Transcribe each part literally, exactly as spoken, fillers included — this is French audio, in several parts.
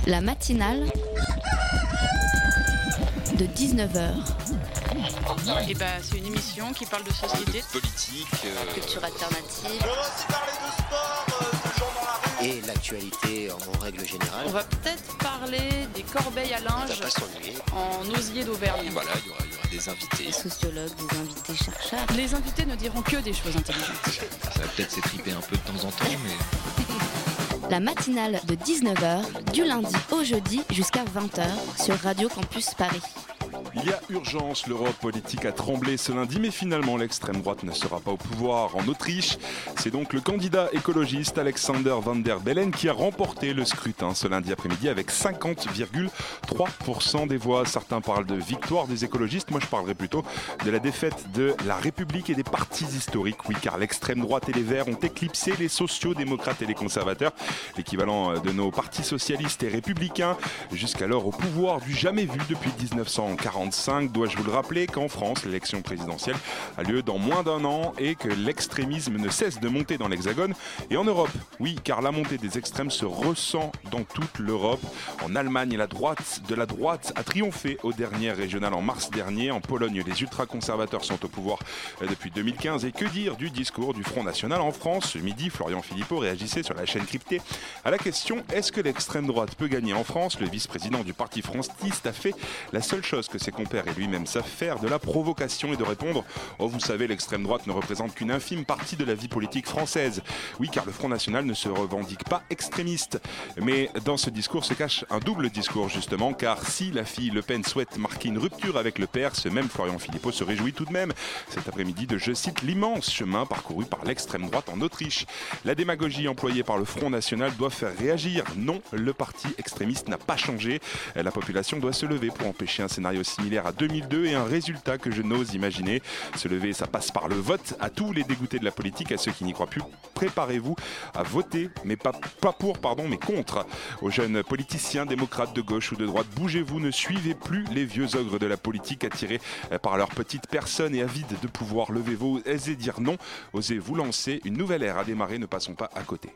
La matinale de dix-neuf heures. Et bah, c'est une émission qui parle de société, de politique, euh... culture alternative. On va aussi parler de sport, euh, de gens dans la rue. Et l'actualité en règle générale. On va peut-être parler des corbeilles à linge en osier d'Auvergne. Voilà, il y aura, il y aura des invités. Des sociologues, des invités chercheurs. Les invités ne diront que des choses intelligentes. Ça va peut-être s'étriper un peu de temps en temps, mais... La matinale de dix-neuf heures, du lundi au jeudi jusqu'à vingt heures sur Radio Campus Paris. Il y a urgence, l'Europe politique a tremblé ce lundi, mais finalement l'extrême droite ne sera pas au pouvoir en Autriche. C'est donc le candidat écologiste Alexander Van der Bellen qui a remporté le scrutin ce lundi après-midi avec cinquante virgule trois pour cent des voix. Certains parlent de victoire des écologistes, moi je parlerai plutôt de la défaite de la République et des partis historiques. Oui, car l'extrême droite et les Verts ont éclipsé les sociaux-démocrates et les conservateurs, l'équivalent de nos partis socialistes et républicains, jusqu'alors au pouvoir du jamais vu depuis dix-neuf cent quarante-cinq. Dois-je vous le rappeler qu'en France, l'élection présidentielle a lieu dans moins d'un an et que l'extrémisme ne cesse de monter dans l'Hexagone et en Europe. Oui, car la montée des extrêmes se ressent dans toute l'Europe. En Allemagne, la droite de la droite a triomphé aux dernières régionales en mars dernier. En Pologne, les ultra-conservateurs sont au pouvoir depuis deux mille quinze. Et que dire du discours du Front National en France ? Ce midi, Florian Philippot réagissait sur la chaîne cryptée à la question « Est-ce que l'extrême droite peut gagner en France ?» Le vice-président du parti frontiste a fait la seule chose que ses compères et lui-même savent faire, de la provocation et de répondre « Oh, vous savez, l'extrême droite ne représente qu'une infime partie de la vie politique française. » Oui, car le Front National ne se revendique pas extrémiste. Mais dans ce discours se cache un double discours, justement, car si la fille Le Pen souhaite marquer une rupture avec le père, ce même Florian Philippot se réjouit tout de même cet après-midi de, je cite, l'immense chemin parcouru par l'extrême droite en Autriche. La démagogie employée par le Front National doit faire réagir. Non, le parti extrémiste n'a pas changé. La population doit se lever pour empêcher un scénario similaire à deux mille deux et un résultat que je n'ose imaginer. Se lever, ça passe par le vote. À tous les dégoûtés de la politique, à ceux qui n'y croient plus, préparez-vous à voter, mais pas, pas pour, pardon, mais contre. Aux jeunes politiciens, démocrates de gauche ou de droite, bougez-vous, ne suivez plus les vieux ogres de la politique attirés par leur petite personne et avides de pouvoir. Levez-vous, osez dire non, osez vous lancer. Une nouvelle ère a démarré, ne passons pas à côté.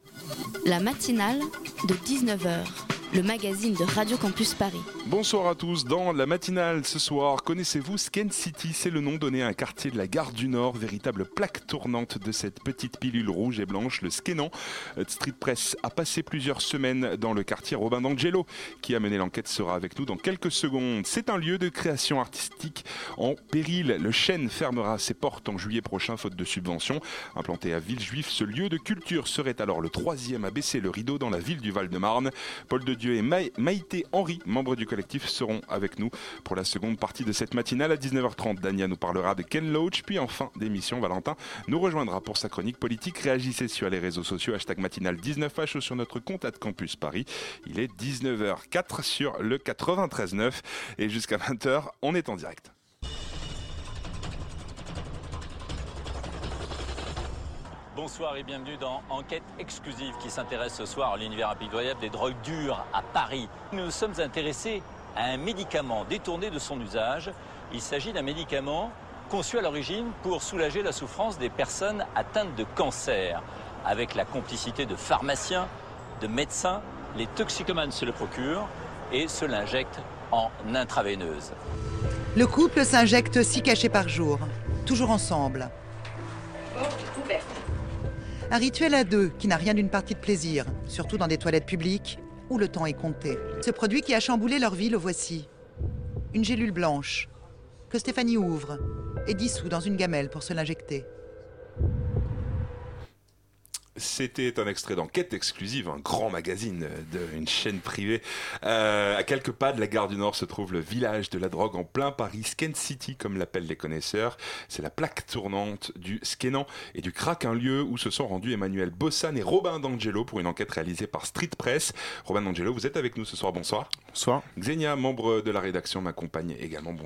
La matinale de dix-neuf heures. Le magazine de Radio Campus Paris. Bonsoir à tous. Dans la matinale ce soir, connaissez-vous Sken City ? C'est le nom donné à un quartier de la gare du Nord, véritable plaque tournante de cette petite pilule rouge et blanche, le Skenan. Street Press a passé plusieurs semaines dans le quartier. Robin D'Angelo, qui a mené l'enquête, sera avec nous dans quelques secondes. C'est un lieu de création artistique en péril. Le Chêne fermera ses portes en juillet prochain, faute de subventions. Implanté à Villejuif, ce lieu de culture serait alors le troisième à baisser le rideau dans la ville du Val-de-Marne. Paul de Dieu et Ma- Maïté Henry, membres du collectif, seront avec nous pour la seconde partie de cette matinale à dix-neuf heures trente. Dania nous parlera de Ken Loach, puis en fin d'émission, Valentin nous rejoindra pour sa chronique politique. Réagissez sur les réseaux sociaux, hashtag matinale dix-neuf H ou sur notre compte at Campus Paris. Il est dix-neuf heures zéro quatre sur le quatre-vingt-treize neuf et jusqu'à vingt heures, on est en direct. Bonsoir et bienvenue dans Enquête exclusive qui s'intéresse ce soir à l'univers impitoyable des drogues dures à Paris. Nous nous sommes intéressés à un médicament détourné de son usage. Il s'agit d'un médicament conçu à l'origine pour soulager la souffrance des personnes atteintes de cancer. Avec la complicité de pharmaciens, de médecins, les toxicomanes se le procurent et se l'injectent en intraveineuse. Le couple s'injecte six cachets par jour, toujours ensemble. Un rituel à deux qui n'a rien d'une partie de plaisir, surtout dans des toilettes publiques où le temps est compté. Ce produit qui a chamboulé leur vie, le voici. Une gélule blanche que Stéphanie ouvre et dissout dans une gamelle pour se l'injecter. C'était un extrait d'Enquête exclusive, un grand magazine d'une chaîne privée. Euh, à quelques pas de la gare du Nord se trouve le village de la drogue en plein Paris, Sken City comme l'appellent les connaisseurs. C'est la plaque tournante du Skenan et du crack, un lieu où se sont rendus Emmanuel Bossan et Robin D'Angelo pour une enquête réalisée par Street Press. Robin D'Angelo, vous êtes avec nous ce soir, bonsoir. Bonsoir. Xenia, membre de la rédaction, m'accompagne également, bonsoir.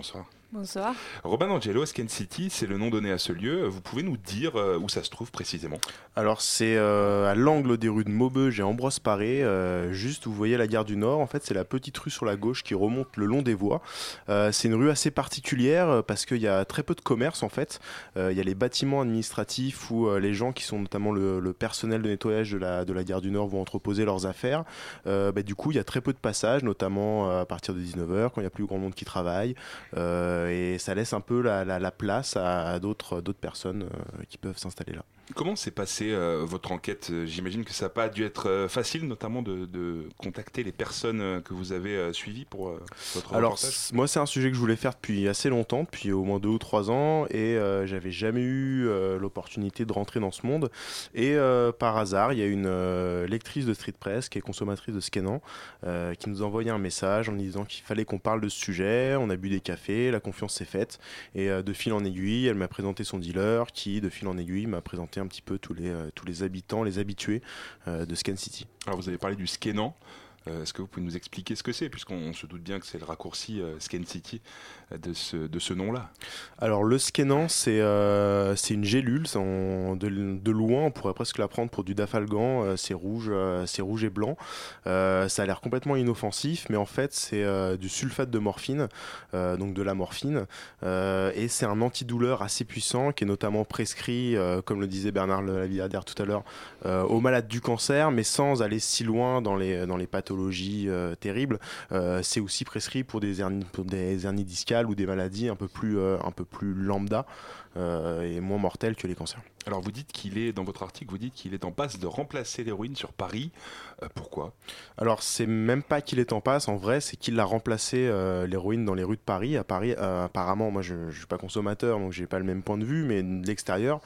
Bonsoir. Robin Angelo, Scan City, c'est le nom donné à ce lieu. Vous pouvez nous dire euh, où ça se trouve précisément ? Alors c'est euh, à l'angle des rues de Maubeuge et Ambroise Paré, euh, juste où vous voyez la gare du Nord. En fait, c'est la petite rue sur la gauche qui remonte le long des voies. Euh, c'est une rue assez particulière parce qu'il y a très peu de commerce en fait. Euh, il y a les bâtiments administratifs où euh, les gens qui sont notamment le, le personnel de nettoyage de la, de la gare du Nord vont entreposer leurs affaires. Euh, bah, du coup, il y a très peu de passages, notamment euh, à partir de dix-neuf heures quand il n'y a plus grand monde qui travaille. Euh, et ça laisse un peu la, la, la place à, à d'autres, d'autres personnes euh, qui peuvent s'installer là. Comment s'est passée euh, votre enquête ? J'imagine que ça n'a pas dû être euh, facile, notamment de, de contacter les personnes euh, que vous avez euh, suivies pour euh, votre Alors, reportage. c- moi, c'est un sujet que je voulais faire depuis assez longtemps, depuis au moins deux ou trois ans, et euh, j'avais jamais eu euh, l'opportunité de rentrer dans ce monde. Et euh, par hasard, il y a une euh, lectrice de Street Press, qui est consommatrice de Scanant, euh, qui nous a envoyé un message en nous disant qu'il fallait qu'on parle de ce sujet. On a bu des cafés, la confiance s'est faite, et euh, de fil en aiguille, elle m'a présenté son dealer, qui, de fil en aiguille, m'a présenté un petit peu tous les, euh, tous les habitants, les habitués euh, de Scan City. Alors vous avez parlé du Scanant. Euh, est-ce que vous pouvez nous expliquer ce que c'est, puisqu'on se doute bien que c'est le raccourci euh, Scan City euh, de ce, de ce nom-là ? Alors le Scanant, c'est, euh, c'est une gélule, c'est en- de, de loin on pourrait presque la prendre pour du dafalgan, euh, c'est rouge, euh, c'est rouge et blanc. Euh, ça a l'air complètement inoffensif, mais en fait c'est euh, du sulfate de morphine, euh, donc de la morphine, euh, et c'est un antidouleur assez puissant qui est notamment prescrit, euh, comme le disait Bernard Lavillardière tout à l'heure, euh, aux malades du cancer, mais sans aller si loin dans les, dans les pathologies euh, terribles. Euh, c'est aussi prescrit pour des hernies, pour des hernies discales ou des maladies un peu plus, euh, un peu plus lambda euh, et moins mortelles que les cancers. Alors vous dites qu'il est, dans votre article, vous dites qu'il est en passe de remplacer l'héroïne sur Paris. Euh, pourquoi ? Alors c'est même pas qu'il est en passe, en vrai c'est qu'il a remplacé euh, l'héroïne dans les rues de Paris. À Paris, euh, apparemment, moi je, je suis pas consommateur donc j'ai pas le même point de vue, mais de l'extérieur,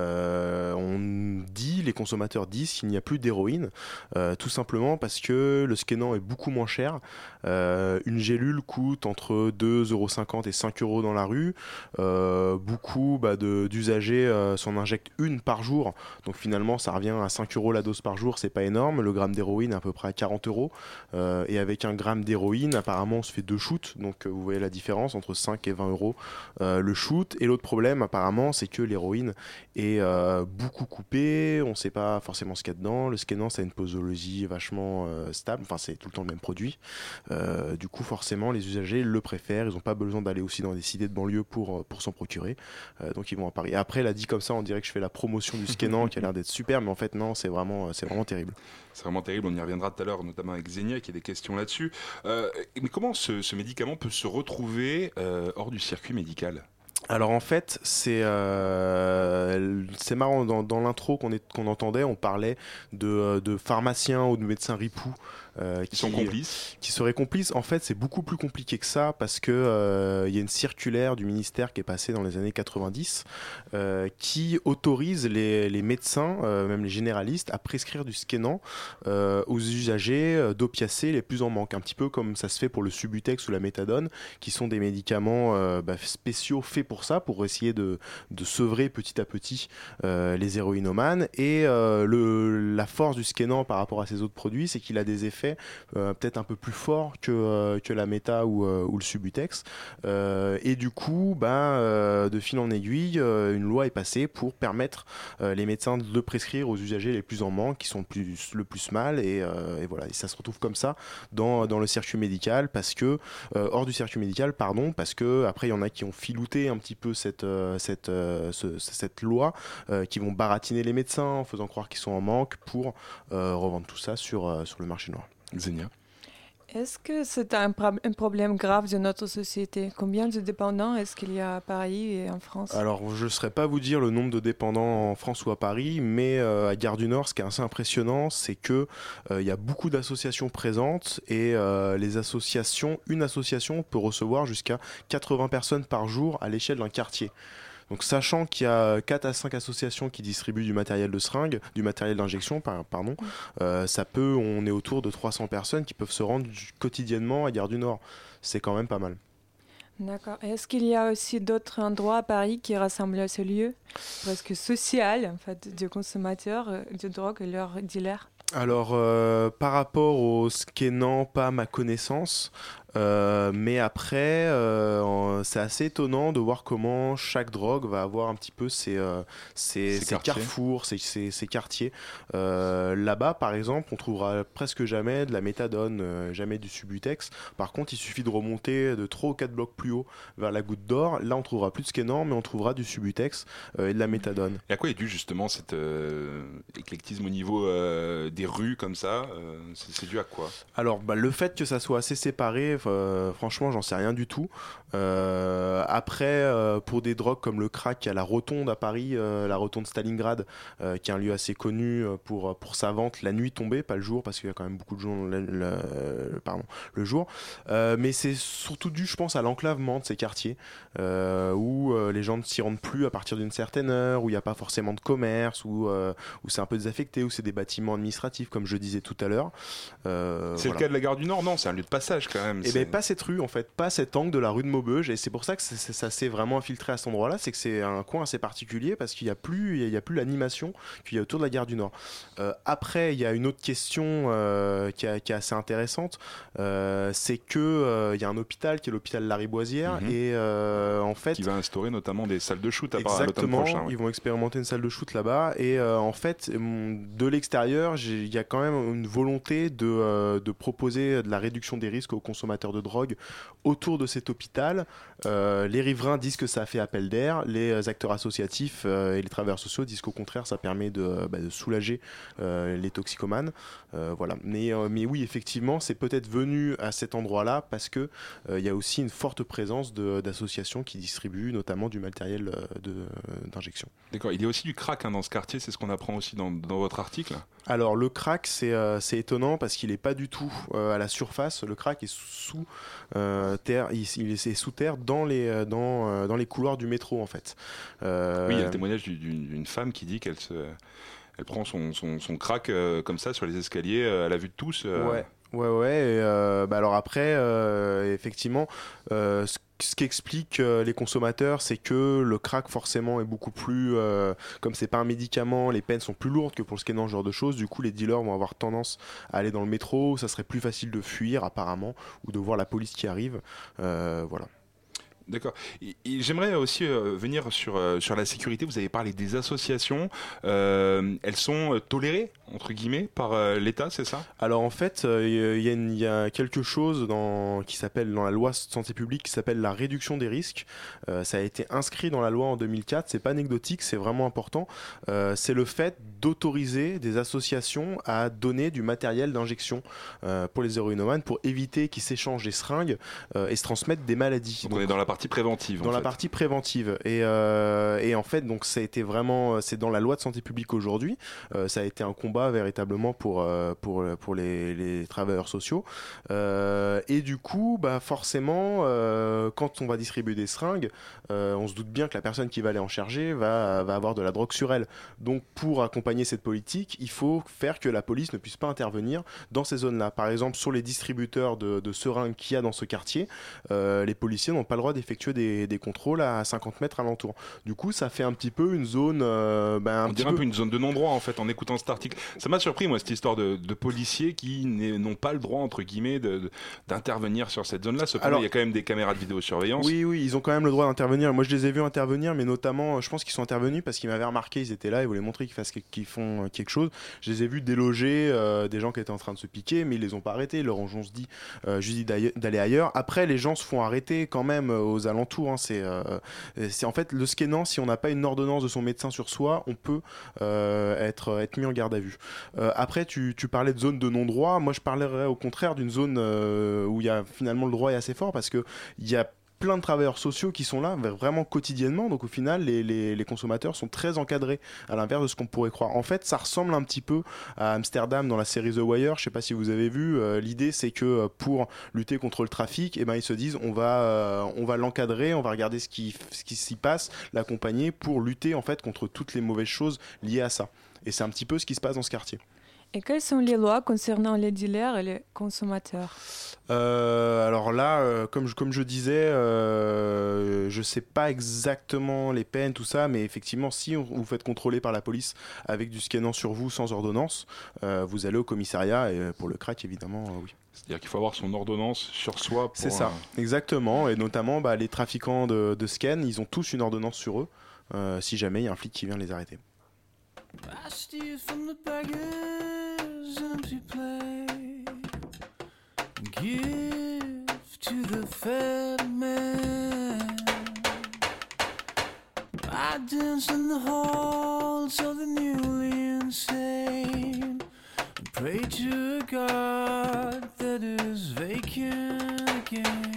euh, on dit, les consommateurs disent qu'il n'y a plus d'héroïne, euh, tout simplement parce que le Scanant est beaucoup moins cher. Euh, une gélule coûte entre deux euros cinquante et cinq euros dans la rue. Euh, beaucoup bah, de, d'usagers euh, s'en injectent une par jour, donc finalement ça revient à cinq euros la dose par jour, c'est pas énorme. Le gramme d'héroïne est à peu près à quarante euros, euh, et avec un gramme d'héroïne apparemment on se fait deux shoots, donc euh, vous voyez la différence entre cinq et vingt euros euh, le shoot. Et l'autre problème apparemment c'est que l'héroïne est euh, beaucoup coupée, on sait pas forcément ce qu'il y a dedans. Le Scanant ça a une posologie vachement euh, stable, enfin c'est tout le temps le même produit, euh, du coup forcément les usagers le préfèrent, ils n'ont pas besoin d'aller aussi dans des cités de banlieue pour, pour s'en procurer, euh, donc ils vont à Paris. Après là dit comme ça on dirait que je fais la promotion du Scanant qui a l'air d'être super, mais en fait non, c'est vraiment, c'est vraiment terrible. C'est vraiment terrible, on y reviendra tout à l'heure, notamment avec Xenia qui a des questions là-dessus. Euh, mais comment ce, ce médicament peut se retrouver euh, hors du circuit médical ? Alors en fait, c'est euh, c'est marrant, dans, dans l'intro qu'on, est, qu'on entendait, on parlait de, de pharmaciens ou de médecins ripoux euh, qui, qui sont complices. Qui seraient complices. En fait, c'est beaucoup plus compliqué que ça parce que euh, y a une circulaire du ministère qui est passée dans les années quatre-vingt-dix euh, qui autorise les, les médecins, euh, même les généralistes, à prescrire du Scanant euh, aux usagers d'opiacés les plus en manque. Un petit peu comme ça se fait pour le Subutex ou la méthadone, qui sont des médicaments euh, bah, spéciaux faits pour ça, pour essayer de, de sevrer petit à petit euh, les héroïnomanes. Et euh, le, la force du Scanant par rapport à ces autres produits, c'est qu'il a des effets euh, peut-être un peu plus forts que, euh, que la méta ou, euh, ou le Subutex. Euh, et du coup, bah, euh, de fil en aiguille, euh, une loi est passée pour permettre euh, les médecins de le prescrire aux usagers les plus en manque, qui sont plus, le plus mal. Et, euh, et voilà, et ça se retrouve comme ça dans, dans le circuit médical, parce que, euh, hors du circuit médical, pardon, parce que après il y en a qui ont filouté un petit peu cette, euh, cette, euh, ce, cette loi, euh, qui vont baratiner les médecins en faisant croire qu'ils sont en manque pour euh, revendre tout ça sur, euh, sur le marché noir. Xenia ? Est-ce que c'est un, pro- un problème grave de notre société ? Combien de dépendants est-ce qu'il y a à Paris et en France ? Alors, je ne saurais pas vous dire le nombre de dépendants en France ou à Paris, mais euh, à Gare du Nord, ce qui est assez impressionnant, c'est qu'il euh, y a beaucoup d'associations présentes, et euh, les associations, une association peut recevoir jusqu'à quatre-vingts personnes par jour à l'échelle d'un quartier. Donc, sachant qu'il y a quatre à cinq associations qui distribuent du matériel de seringue, du matériel d'injection, pardon, euh, ça peut, on est autour de trois cents personnes qui peuvent se rendre quotidiennement à Gare du Nord. C'est quand même pas mal. D'accord. Est-ce qu'il y a aussi d'autres endroits à Paris qui rassemblent à ce lieu presque social, en fait, de consommateurs de drogue et leurs dealers ? Alors, euh, par rapport au Scanant, pas à ma connaissance. Euh, mais après, euh, c'est assez étonnant de voir comment chaque drogue va avoir un petit peu ses, euh, ses, ses carrefours, ses, ses, ses quartiers. Euh, là-bas, par exemple, on trouvera presque jamais de la méthadone, euh, jamais du Subutex. Par contre, il suffit de remonter de trois ou quatre blocs plus haut vers la Goutte d'Or. Là, on trouvera plus de Skenan, mais on trouvera du Subutex euh, et de la méthadone. Et à quoi est dû justement cet euh, éclectisme au niveau euh, des rues comme ça euh, c'est, c'est dû à quoi? Alors, bah, le fait que ça soit assez séparé, euh, franchement, j'en sais rien du tout. Euh, après, euh, pour des drogues comme le crack, il y a la Rotonde à Paris, euh, la Rotonde Stalingrad, euh, qui est un lieu assez connu pour, pour sa vente la nuit tombée, pas le jour, parce qu'il y a quand même beaucoup de gens le, le, le, pardon, le jour. Euh, mais c'est surtout dû, je pense, à l'enclavement de ces quartiers, euh, où euh, les gens ne s'y rendent plus à partir d'une certaine heure, où il n'y a pas forcément de commerce, où, euh, où c'est un peu désaffecté, où c'est des bâtiments administratifs, comme je disais tout à l'heure. Euh, c'est voilà. Le cas de la gare du Nord, non? C'est un lieu de passage quand même. Et bien, pas cette rue, en fait, pas cet angle de la rue de Maubeuge, et c'est pour ça que c'est, c'est, ça s'est vraiment infiltré à cet endroit-là, c'est que c'est un coin assez particulier, parce qu'il n'y a plus, il y a plus l'animation qu'il y a autour de la gare du Nord. Euh, après, il y a une autre question euh, qui, a, qui est assez intéressante, euh, c'est que euh, il y a un hôpital qui est l'hôpital Lariboisière, mm-hmm. et euh, en fait... Qui va instaurer notamment des salles de shoot à part à l'automne prochain. Ouais. Ils vont expérimenter une salle de shoot là-bas, et euh, en fait, de l'extérieur, il y a quand même une volonté de, euh, de proposer de la réduction des risques aux consommateurs de drogue autour de cet hôpital. Euh, les riverains disent que ça a fait appel d'air, les acteurs associatifs euh, et les travailleurs sociaux disent qu'au contraire ça permet de, bah, de soulager euh, les toxicomanes. Euh, voilà. Mais, euh, mais oui, effectivement, c'est peut-être venu à cet endroit-là parce qu'il euh, y a aussi une forte présence de, d'associations qui distribuent notamment du matériel de, d'injection. D'accord, il y a aussi du crack hein, dans ce quartier, c'est ce qu'on apprend aussi dans, dans votre article. Alors le crack, c'est, euh, c'est étonnant parce qu'il n'est pas du tout euh, à la surface, le crack est sous euh, terre, il, il est sous terre dans les, dans, euh, dans les couloirs du métro en fait. Euh, oui, il y a le témoignage d'une, d'une femme qui dit qu'elle se... Elle prend son, son, son crack euh, comme ça sur les escaliers euh, à la vue de tous. Euh... Ouais, ouais, ouais. Et, euh, bah alors après, euh, effectivement, euh, ce, ce qui explique euh, les consommateurs, c'est que le crack forcément est beaucoup plus, euh, comme c'est pas un médicament, les peines sont plus lourdes que pour le Skenan, ce genre de choses. Du coup, les dealers vont avoir tendance à aller dans le métro. Où ça serait plus facile de fuir apparemment, ou de voir la police qui arrive. Euh, voilà. D'accord. Et, et j'aimerais aussi euh, venir sur, euh, sur la sécurité. Vous avez parlé des associations. Euh, elles sont euh, tolérées, entre guillemets, par euh, l'État, c'est ça? Alors en fait, il euh, y, y a quelque chose dans, qui s'appelle dans la loi santé publique qui s'appelle la réduction des risques. Euh, ça a été inscrit dans la loi en deux mille quatre. C'est pas anecdotique, c'est vraiment important. Euh, c'est le fait d'autoriser des associations à donner du matériel d'injection euh, pour les héroïnomanes pour éviter qu'ils s'échangent des seringues euh, et se transmettent des maladies. Donc, donc on est dans la partie préventive. Dans en la fait. partie préventive. Et, euh, et en fait, donc ça a été vraiment, c'est dans la loi de santé publique aujourd'hui. Euh, ça a été un combat véritablement pour euh, pour pour les, les travailleurs sociaux. Euh, et du coup, bah forcément, euh, quand on va distribuer des seringues, euh, on se doute bien que la personne qui va aller en charger va va avoir de la drogue sur elle. Donc, pour accompagner cette politique, il faut faire que la police ne puisse pas intervenir dans ces zones-là. Par exemple, sur les distributeurs de, de seringues qu'il y a dans ce quartier, euh, les policiers n'ont pas le droit d'effectuer effectuer des, des contrôles à cinquante mètres alentour. Du coup, ça fait un petit peu une zone... Euh, ben, un On petit dirait peu... un peu une zone de non-droit, en fait, en écoutant cet article. Ça m'a surpris, moi, cette histoire de, de policiers qui n'ont pas le droit, entre guillemets, de, de, d'intervenir sur cette zone-là. Cependant, Alors, il y a quand même des caméras de vidéosurveillance. Oui, oui, ils ont quand même le droit d'intervenir. Moi, je les ai vus intervenir, mais notamment, je pense qu'ils sont intervenus parce qu'ils m'avaient remarqué, ils étaient là, ils voulaient montrer qu'ils, fassent, qu'ils font quelque chose. Je les ai vus déloger euh, des gens qui étaient en train de se piquer, mais ils les ont pas arrêtés. Ils leur ont juste dit, euh, juste dit d'aller ailleurs. Après, les gens se font arrêter quand même aux alentours. Hein. C'est, euh, c'est en fait le Skenan, si on n'a pas une ordonnance de son médecin sur soi, on peut euh, être, être mis en garde à vue. Euh, après, tu, tu parlais de zone de non-droit. Moi, je parlerais au contraire d'une zone euh, où il y a finalement le droit est assez fort parce que il y a plein de travailleurs sociaux qui sont là vraiment quotidiennement, donc au final les, les, les consommateurs sont très encadrés à l'inverse de ce qu'on pourrait croire. En fait, ça ressemble un petit peu à Amsterdam dans la série The Wire, je sais pas si vous avez vu, euh, l'idée c'est que pour lutter contre le trafic, eh ben, ils se disent on va, euh, on va l'encadrer, on va regarder ce qui, ce qui s'y passe, l'accompagner pour lutter en fait contre toutes les mauvaises choses liées à ça. Et c'est un petit peu ce qui se passe dans ce quartier. Et quelles sont les lois concernant les dealers et les consommateurs ? Euh, alors là, euh, comme, je, comme je disais, euh, je ne sais pas exactement les peines, tout ça, mais effectivement, si on, vous faites contrôler par la police avec du scannant sur vous sans ordonnance, euh, vous allez au commissariat et pour le crack, évidemment, euh, oui. C'est-à-dire qu'il faut avoir son ordonnance sur soi. Pour C'est ça, un... exactement. Et notamment, bah, les trafiquants de, de scan, ils ont tous une ordonnance sur eux, euh, si jamais il y a un flic qui vient les arrêter. I steal from the beggars, empty plate. Give to the fat man. I dance in the halls of the newly insane. And pray to God that is vacant again.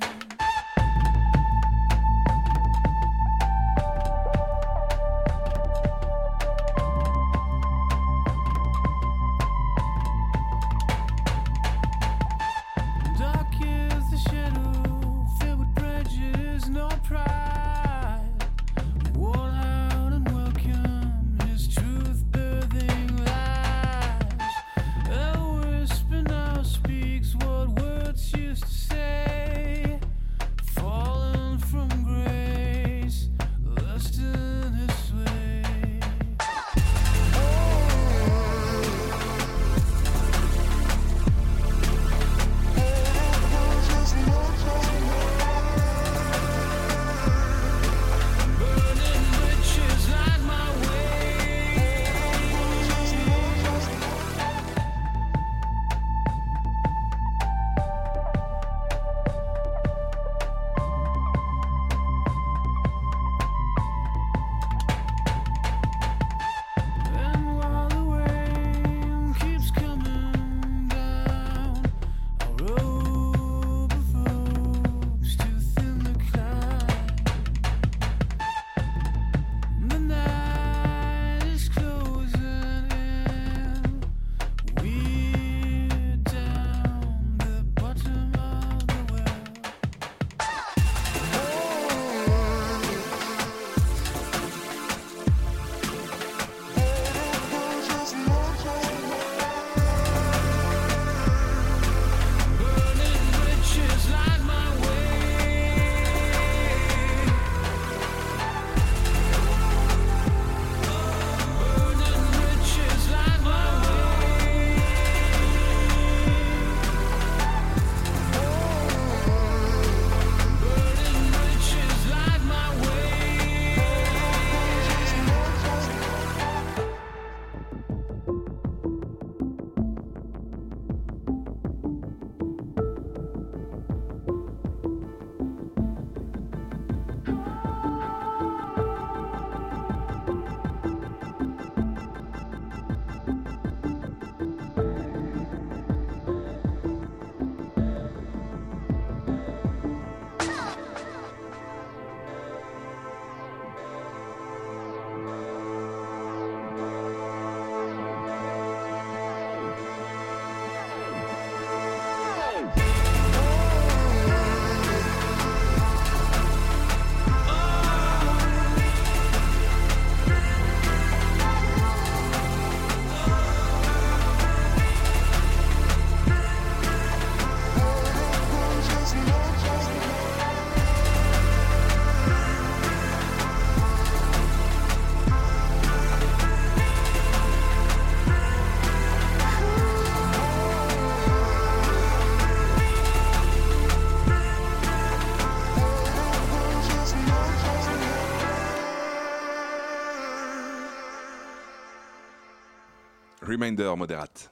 Reminder modérate.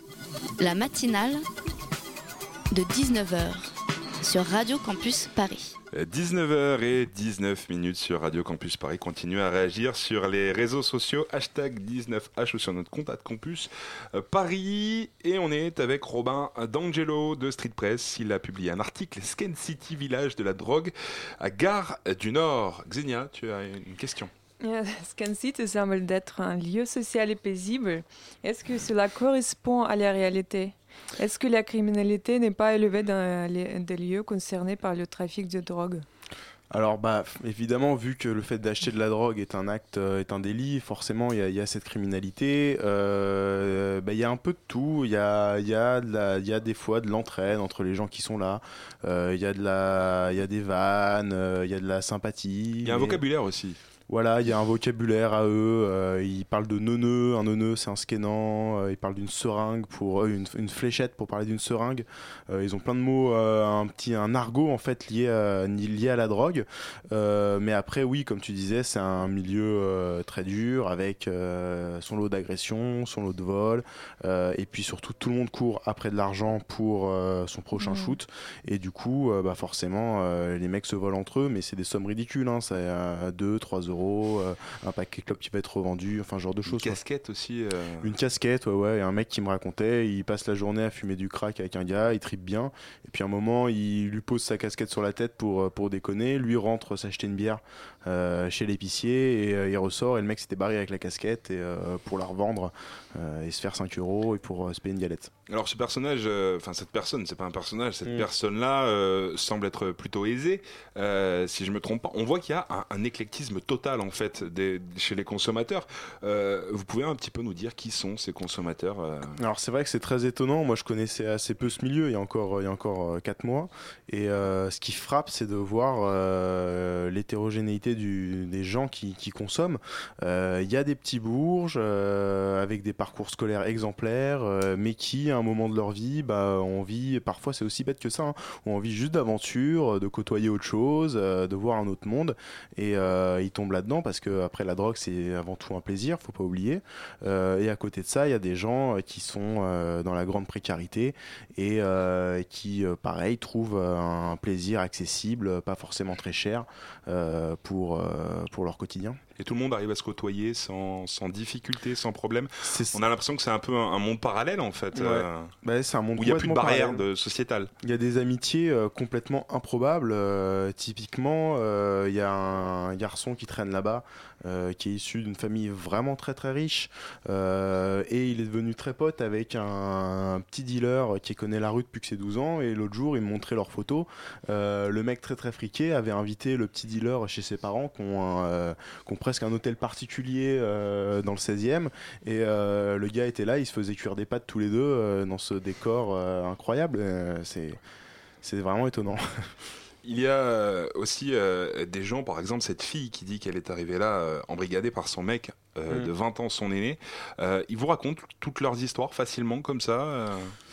La matinale de dix-neuf heures sur Radio Campus Paris. dix-neuf heures dix-neuf minutes sur Radio Campus Paris. Continuez à réagir sur les réseaux sociaux, hashtag dix-neuf H ou sur notre compte at Campus Paris. Et on est avec Robin D'Angelo de Street Press. Il a publié un article, Scan City, village de la drogue à Gare du Nord. Xenia, tu as une question. Scan City semble être un lieu social et paisible. Est-ce que cela correspond à la réalité ? Est-ce que la criminalité n'est pas élevée dans les, des lieux concernés par le trafic de drogue ? Alors bah évidemment, vu que le fait d'acheter de la drogue est un acte, euh, est un délit, forcément il y, y a cette criminalité. Euh, bah, il y a un peu de tout. Il y a, y, a de y a des fois de l'entraide entre les gens qui sont là. Euh, il y a de la, il y a des vannes, euh, il y a de la sympathie. Il y a un mais... vocabulaire aussi. Voilà, il y a un vocabulaire à eux. Euh, ils parlent de neuneu. Un neuneu, c'est un skénan. Euh, ils parlent d'une seringue pour euh, une, une fléchette pour parler d'une seringue. Euh, ils ont plein de mots, euh, un petit un argot en fait lié à, lié à la drogue. Euh, mais après, oui, comme tu disais, c'est un milieu euh, très dur avec euh, son lot d'agressions, son lot de vols, euh, et puis surtout tout le monde court après de l'argent pour euh, son prochain mmh. shoot. Et du coup, euh, bah forcément, euh, les mecs se volent entre eux, mais c'est des sommes ridicules. Hein, c'est à deux, trois euros. Euh, un paquet club qui va être revendu, enfin genre de choses. Une casquette quoi. Aussi. Euh... Une casquette, ouais, ouais. Et un mec qui me racontait, il passe la journée à fumer du crack avec un gars, il tripe bien. Et puis à un moment, il lui pose sa casquette sur la tête pour, pour déconner. Lui rentre s'acheter une bière euh, chez l'épicier et euh, il ressort. Et le mec s'était barré avec la casquette et, euh, pour la revendre euh, et se faire cinq euros et pour euh, se payer une galette. Alors ce personnage, enfin euh, cette personne, c'est pas un personnage, cette mmh. personne-là euh, semble être plutôt aisée, euh, si je me trompe pas. On voit qu'il y a un, un éclectisme total en fait des, chez les consommateurs. Euh, vous pouvez un petit peu nous dire qui sont ces consommateurs euh... Alors c'est vrai que c'est très étonnant. Moi je connaissais assez peu ce milieu il y a encore il y a encore quatre mois et euh, ce qui frappe c'est de voir euh, l'hétérogénéité du, des gens qui, qui consomment. Il euh, y a des petits bourges euh, avec des parcours scolaires exemplaires, euh, mais qui à un moment de leur vie, bah, ont envie, parfois c'est aussi bête que ça, hein, ont envie juste d'aventure, de côtoyer autre chose, euh, de voir un autre monde, et euh, ils tombent là-dedans parce que après la drogue c'est avant tout un plaisir, faut pas oublier. Euh, et à côté de ça, il y a des gens qui sont euh, dans la grande précarité et euh, qui, euh, pareil, trouvent un plaisir accessible, pas forcément très cher euh, pour euh, pour leur quotidien. Et tout le monde arrive à se côtoyer sans, sans difficulté, sans problème. C'est... On a l'impression que c'est un peu un, un monde parallèle en fait, ouais. euh, bah, c'est un monde où il n'y a plus de barrière de sociétale. Il y a des amitiés euh, complètement improbables. Euh, typiquement, il euh, y a un garçon qui traîne là-bas, euh, qui est issu d'une famille vraiment très très riche, euh, et il est devenu très pote avec un, un petit dealer qui connaît la rue depuis que ses douze ans. Et l'autre jour, il me montrait leurs photos. Euh, le mec très très friqué avait invité le petit dealer chez ses parents, qui ont un, euh, qui ont presque un hôtel particulier euh, dans le seizième, et euh, le gars était là, il se faisait cuire des pâtes tous les deux euh, dans ce décor euh, incroyable. Euh, c'est, c'est vraiment étonnant. Il y a aussi euh, des gens, par exemple cette fille qui dit qu'elle est arrivée là euh, embrigadée par son mec euh, mmh. de vingt ans, son aîné. Euh, ils vous racontent toutes leurs histoires facilement comme ça euh...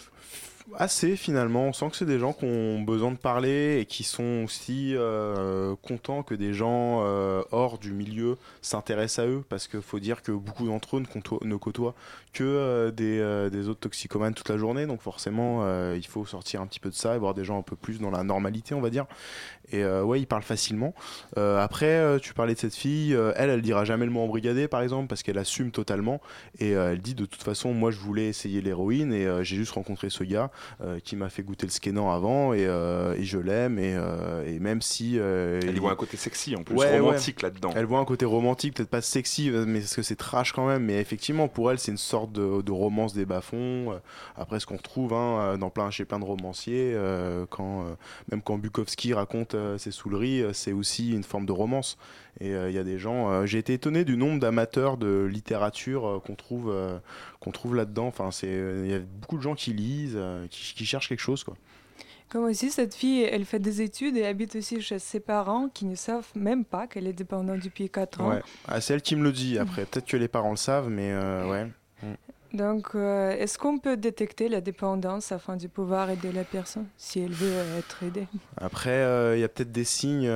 Assez finalement, on sent que c'est des gens qui ont besoin de parler et qui sont aussi euh, contents que des gens euh, hors du milieu s'intéressent à eux, parce qu'il faut dire que beaucoup d'entre eux ne, côtoient, ne côtoient que euh, des, euh, des autres toxicomanes toute la journée, donc forcément euh, il faut sortir un petit peu de ça et voir des gens un peu plus dans la normalité, on va dire. Et euh, ouais, ils parlent facilement. Euh, après, euh, tu parlais de cette fille, euh, elle, elle dira jamais le mot embrigadé par exemple, parce qu'elle assume totalement, et euh, elle dit de toute façon, moi je voulais essayer l'héroïne et euh, j'ai juste rencontré ce gars Euh, qui m'a fait goûter le skénan avant et, euh, et je l'aime et, euh, et même si euh, elle y il... voit un côté sexy en plus, ouais, romantique ouais. là-dedans. Elle voit un côté romantique, peut-être pas sexy mais parce que c'est trash quand même, mais effectivement pour elle c'est une sorte de, de romance des bas-fonds, après ce qu'on retrouve hein, dans plein, chez plein de romanciers euh, quand, euh, même quand Bukowski raconte euh, ses saouleries, c'est aussi une forme de romance. Et il euh, y a des gens, euh, j'ai été étonné du nombre d'amateurs de littérature euh, qu'on trouve euh, qu'on trouve là-dedans. Enfin, c'est il y a beaucoup de gens qui lisent, euh, qui, qui cherchent quelque chose, quoi. Comme aussi, cette fille, elle fait des études et habite aussi chez ses parents qui ne savent même pas qu'elle est dépendante depuis quatre ans. Ouais. Ah, c'est elle qui me le dit. Après, peut-être que les parents le savent, mais euh, ouais. Mm. Donc, euh, est-ce qu'on peut détecter la dépendance afin de pouvoir aider la personne si elle veut euh, être aidée ? Après, il euh, y a peut-être des signes.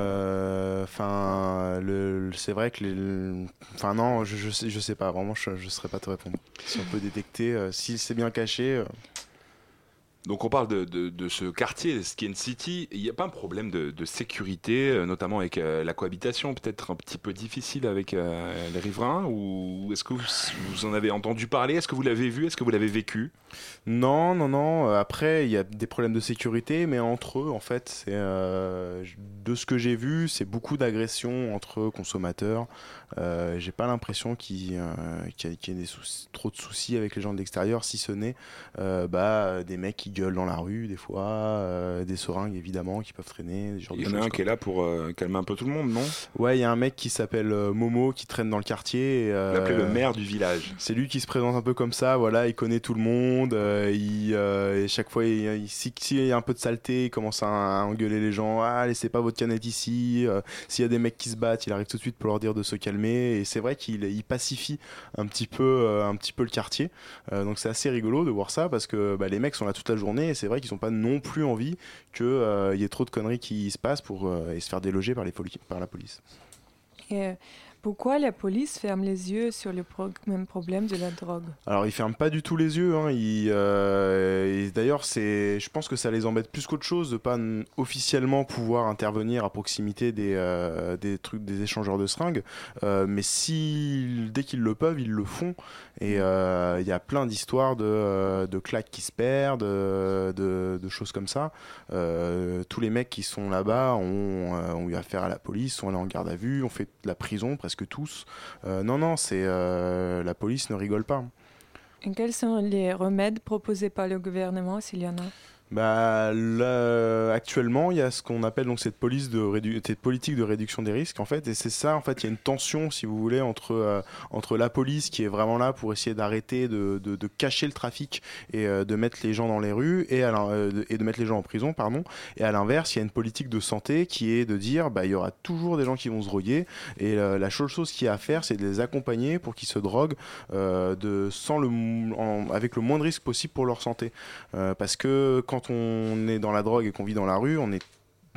Enfin, euh, c'est vrai que les. Enfin, non, je, je, sais, je sais pas. Vraiment, je ne saurais pas te répondre. Si on peut détecter, euh, si c'est bien caché. Euh... Donc on parle de, de, de ce quartier, Skin City. Il n'y a pas un problème de, de sécurité, notamment avec euh, la cohabitation, peut-être un petit peu difficile avec euh, les riverains, ou est-ce que vous, vous en avez entendu parler ? Est-ce que vous l'avez vu ? Est-ce que vous l'avez vécu ? Non, non, non. Après, il y a des problèmes de sécurité, mais entre eux, en fait, c'est, euh, de ce que j'ai vu, c'est beaucoup d'agressions entre consommateurs. Euh, j'ai pas l'impression qu'il, euh, qu'il y ait des soucis, trop de soucis avec les gens de l'extérieur, si ce n'est euh, bah, des mecs qui gueulent dans la rue des fois, euh, des seringues évidemment qui peuvent traîner. Il y en a un quoi. Qui est là pour euh, calmer un peu tout le monde, non ? Ouais, il y a un mec qui s'appelle euh, Momo qui traîne dans le quartier. Et, euh, l'appelait le maire du village. C'est lui qui se présente un peu comme ça, voilà, il connaît tout le monde, euh, il, euh, et chaque fois, il, il, s'il si y a un peu de saleté, il commence à, à engueuler les gens, ah laissez pas votre canette ici, euh, s'il y a des mecs qui se battent, il arrive tout de suite pour leur dire de se calmer, et c'est vrai qu'il il pacifie un petit peu, euh, un petit peu le quartier, euh, donc c'est assez rigolo de voir ça, parce que bah, les mecs sont là toute la journée, et c'est vrai qu'ils n'ont pas non plus envie qu'il euh, y ait trop de conneries qui se passent pour euh, et se faire déloger par, les poli- par la police. Et pourquoi la police ferme les yeux sur le pro- même problème de la drogue ? Alors ils ferment pas du tout les yeux, hein. Ils, euh, et d'ailleurs c'est, je pense que ça les embête plus qu'autre chose de pas n- officiellement pouvoir intervenir à proximité des, euh, des trucs, des échangeurs de seringues, euh, mais si, dès qu'ils le peuvent, ils le font. Et il euh, y a plein d'histoires de, euh, de claques qui se perdent, de, de, de choses comme ça. Euh, tous les mecs qui sont là-bas ont, euh, ont eu affaire à la police, sont allés en garde à vue, ont fait de la prison presque que tous. Euh, non, non, c'est euh, la police ne rigole pas. Et quels sont les remèdes proposés par le gouvernement, s'il y en a ? Bah, là, actuellement, il y a ce qu'on appelle donc cette, police de rédu- cette politique de réduction des risques, en fait, et c'est ça, en fait, il y a une tension, si vous voulez, entre, euh, entre la police qui est vraiment là pour essayer d'arrêter, de, de, de cacher le trafic et euh, de mettre les gens dans les rues et, à euh, et de mettre les gens en prison, pardon. Et à l'inverse, il y a une politique de santé qui est de dire, bah, il y aura toujours des gens qui vont se droguer, et euh, la seule chose qu'il y a à faire, c'est de les accompagner pour qu'ils se droguent euh, de, sans le, en, avec le moins de risques possible pour leur santé, euh, parce que quand Quand on est dans la drogue et qu'on vit dans la rue, on est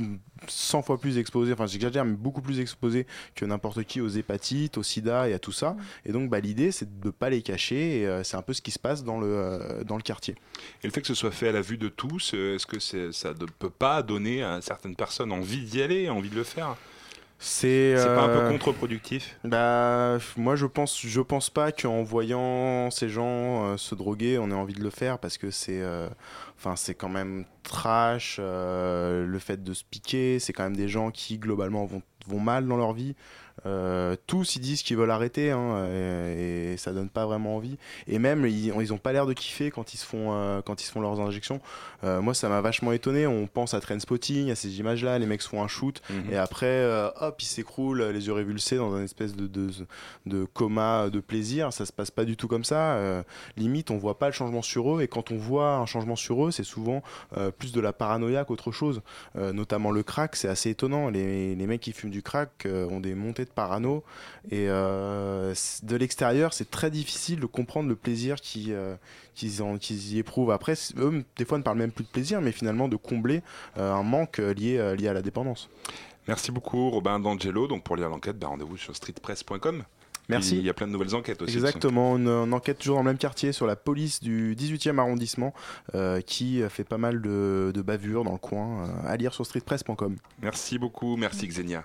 cent fois plus exposé, enfin j'exagère, mais beaucoup plus exposé que n'importe qui aux hépatites, au sida et à tout ça. Et donc bah, l'idée c'est de ne pas les cacher, et euh, c'est un peu ce qui se passe dans le, euh, dans le quartier. Et le fait que ce soit fait à la vue de tous, est-ce que c'est, ça ne peut pas donner à certaines personnes envie d'y aller, envie de le faire ? C'est, c'est pas un peu euh, contre-productif ? Bah, moi je pense, je pense pas qu'en voyant ces gens euh, se droguer, on ait envie de le faire, parce que c'est, euh, enfin c'est quand même trash, euh, le fait de se piquer, c'est quand même des gens qui globalement vont, vont mal dans leur vie. Euh, tous ils disent qu'ils veulent arrêter, hein, et, et ça donne pas vraiment envie, et même ils, ils ont pas l'air de kiffer quand ils se font euh, quand ils se font leurs injections. Euh, moi ça m'a vachement étonné, on pense à Trainspotting, à ces images là, les mecs se font un shoot mm-hmm. et après euh, hop ils s'écroulent les yeux révulsés dans une espèce de, de, de coma de plaisir. Ça se passe pas du tout comme ça, euh, limite on voit pas le changement sur eux, et quand on voit un changement sur eux c'est souvent euh, plus de la paranoïa qu'autre chose, euh, notamment le crack. C'est assez étonnant, les, les mecs qui fument du crack euh, ont des montées de parano, et euh, de l'extérieur c'est très difficile de comprendre le plaisir qu'ils, euh, qu'ils, en, qu'ils y éprouvent. Après eux des fois ne parlent même plus de plaisir, mais finalement de combler euh, un manque lié, euh, lié à la dépendance. Merci beaucoup Robin D'Angelo. Donc pour lire l'enquête, bah, rendez-vous sur street press point com. Merci. Il y a plein de nouvelles enquêtes aussi. Exactement, une, une enquête toujours dans le même quartier sur la police du dix-huitième arrondissement euh, qui fait pas mal de, de bavures dans le coin, euh, à lire sur street press point com. Merci beaucoup, merci Xenia.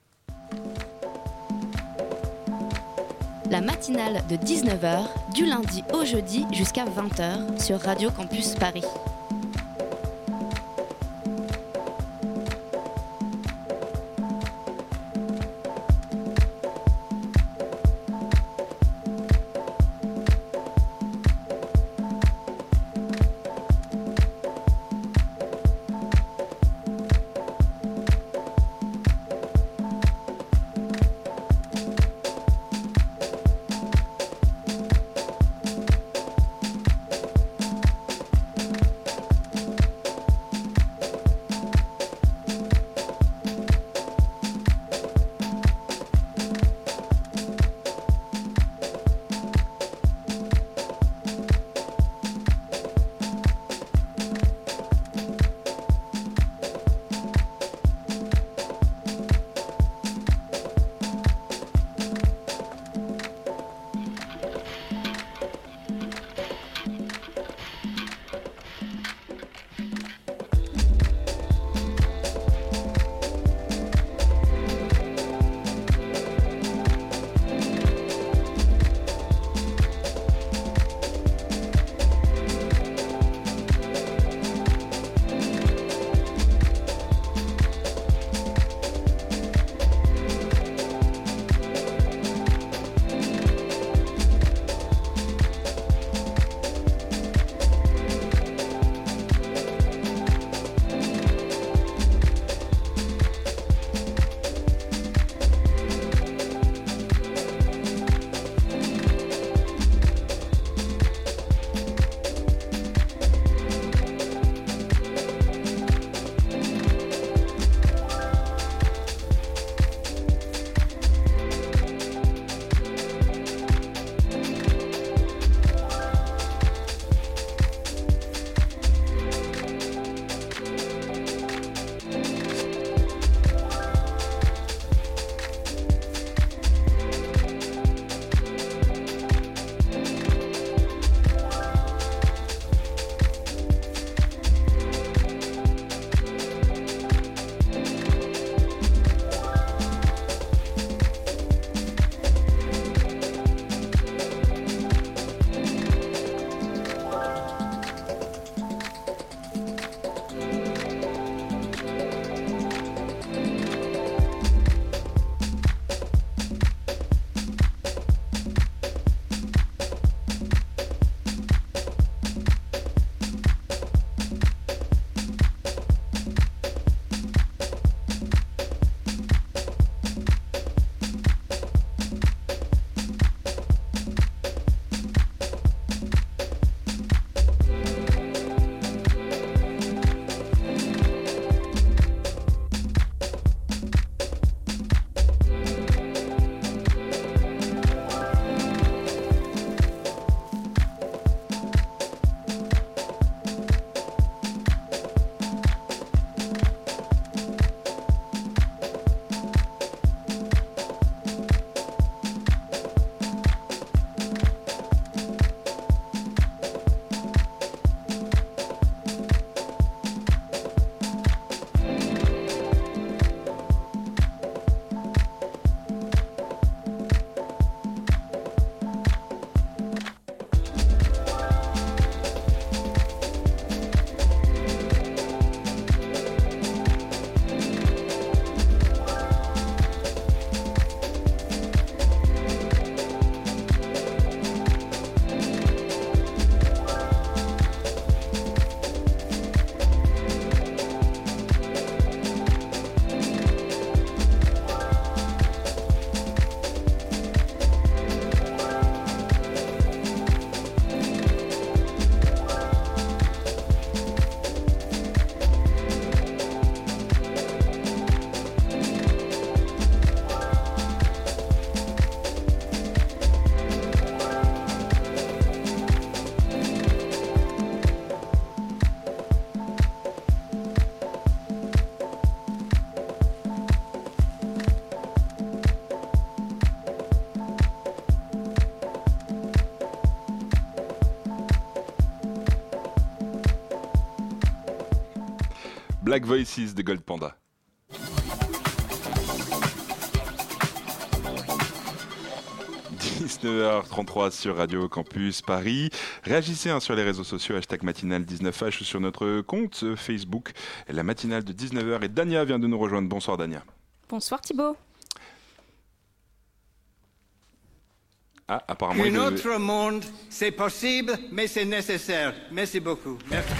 La matinale de dix-neuf heures, du lundi au jeudi jusqu'à vingt heures sur Radio Campus Paris. Black Voices de Gold Panda. dix-neuf heures trente-trois sur Radio Campus Paris. Réagissez hein, sur les réseaux sociaux, hashtag matinale dix-neuf H ou sur notre compte Facebook. La matinale de dix-neuf heures et Dania vient de nous rejoindre. Bonsoir Dania. Bonsoir Thibaut. Ah, apparemment... Un il autre devait... monde, c'est possible, mais c'est nécessaire. Merci beaucoup. Merci.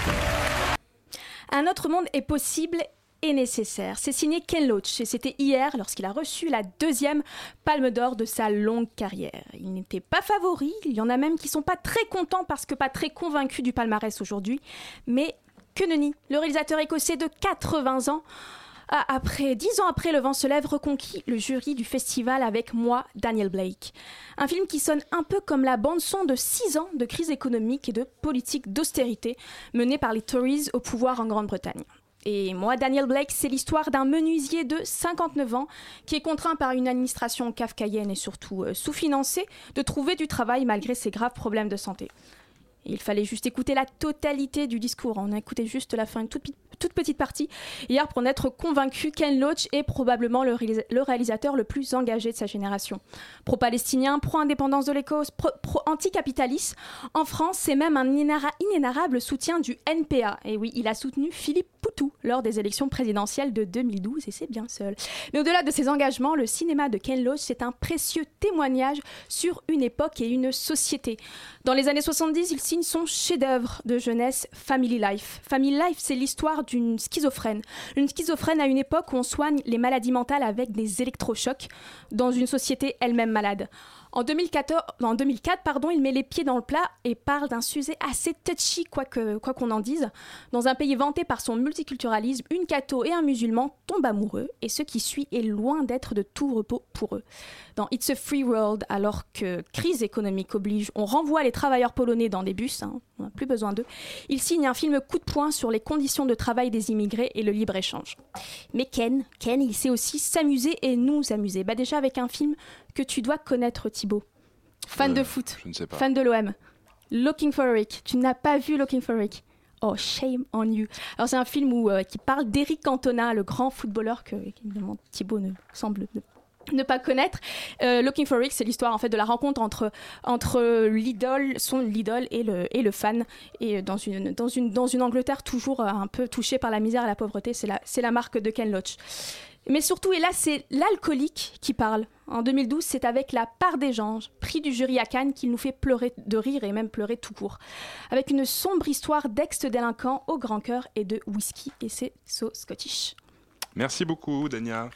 Un autre monde est possible et nécessaire. C'est signé Ken Loach et c'était hier lorsqu'il a reçu la deuxième Palme d'Or de sa longue carrière. Il n'était pas favori, il y en a même qui sont pas très contents parce que pas très convaincus du palmarès aujourd'hui. Mais que nenni, le réalisateur écossais de quatre-vingts ans a, après, dix ans après Le Vent se lève, reconquis le jury du festival avec Moi, Daniel Blake. Un film qui sonne un peu comme la bande-son de six ans de crise économique et de politique d'austérité menée par les Tories au pouvoir en Grande-Bretagne. Et Moi, Daniel Blake, c'est l'histoire d'un menuisier de cinquante-neuf ans qui est contraint par une administration kafkaïenne et surtout euh, sous-financée de trouver du travail malgré ses graves problèmes de santé. Et il fallait juste écouter la totalité du discours. On a écouté juste la fin, une toute, toute petite partie hier pour en être convaincu. Ken Loach est probablement le, réalisa- le réalisateur le plus engagé de sa génération. Pro-palestinien, pro-indépendance de l'Écosse, pro- pro-anticapitaliste. En France, c'est même un inéra- inénarrable soutien du N P A. Et oui, il a soutenu Philippe Poutou lors des élections présidentielles de deux mille douze et c'est bien seul. Mais au-delà de ses engagements, le cinéma de Ken Loach, c'est un précieux témoignage sur une époque et une société. Dans les années soixante-dix, il signe son chef-d'œuvre de jeunesse Family Life. Family Life, c'est l'histoire d'une schizophrène. Une schizophrène à une époque où on soigne les maladies mentales avec des électrochocs dans une société elle-même malade. En deux mille quatorze, en deux mille quatre, pardon, il met les pieds dans le plat et parle d'un sujet assez touchy, quoi, que, quoi qu'on en dise. Dans un pays vanté par son multiculturalisme, une catho et un musulman tombent amoureux et ce qui suit est loin d'être de tout repos pour eux. Dans It's a Free World, alors que crise économique oblige, on renvoie les travailleurs polonais dans des bus, hein, on n'a plus besoin d'eux, il signe un film coup de poing sur les conditions de travail des immigrés et le libre-échange. Mais Ken, Ken, il sait aussi s'amuser et nous amuser. Bah déjà avec un film que tu dois connaître, Thibaut. Fan euh, de foot, je ne sais pas. Fan de l'O M. Looking for Eric. Tu n'as pas vu Looking for Eric? Oh, shame on you. Alors c'est un film où, euh, qui parle d'Eric Cantona, le grand footballeur que évidemment Thibaut ne semble ne, ne pas connaître. Euh, Looking for Eric, c'est l'histoire en fait de la rencontre entre entre l'idole, son idole et le et le fan. Et dans une dans une dans une Angleterre toujours euh, un peu touchée par la misère et la pauvreté, c'est la c'est la marque de Ken Loach. Mais surtout, et là, c'est l'alcoolique qui parle. En deux mille douze, c'est avec La Part des gens, prix du jury à Cannes, qu'il nous fait pleurer de rire et même pleurer tout court. Avec une sombre histoire d'ex-délinquants au grand cœur et de whisky, et c'est so Scottish. Merci beaucoup, Dania.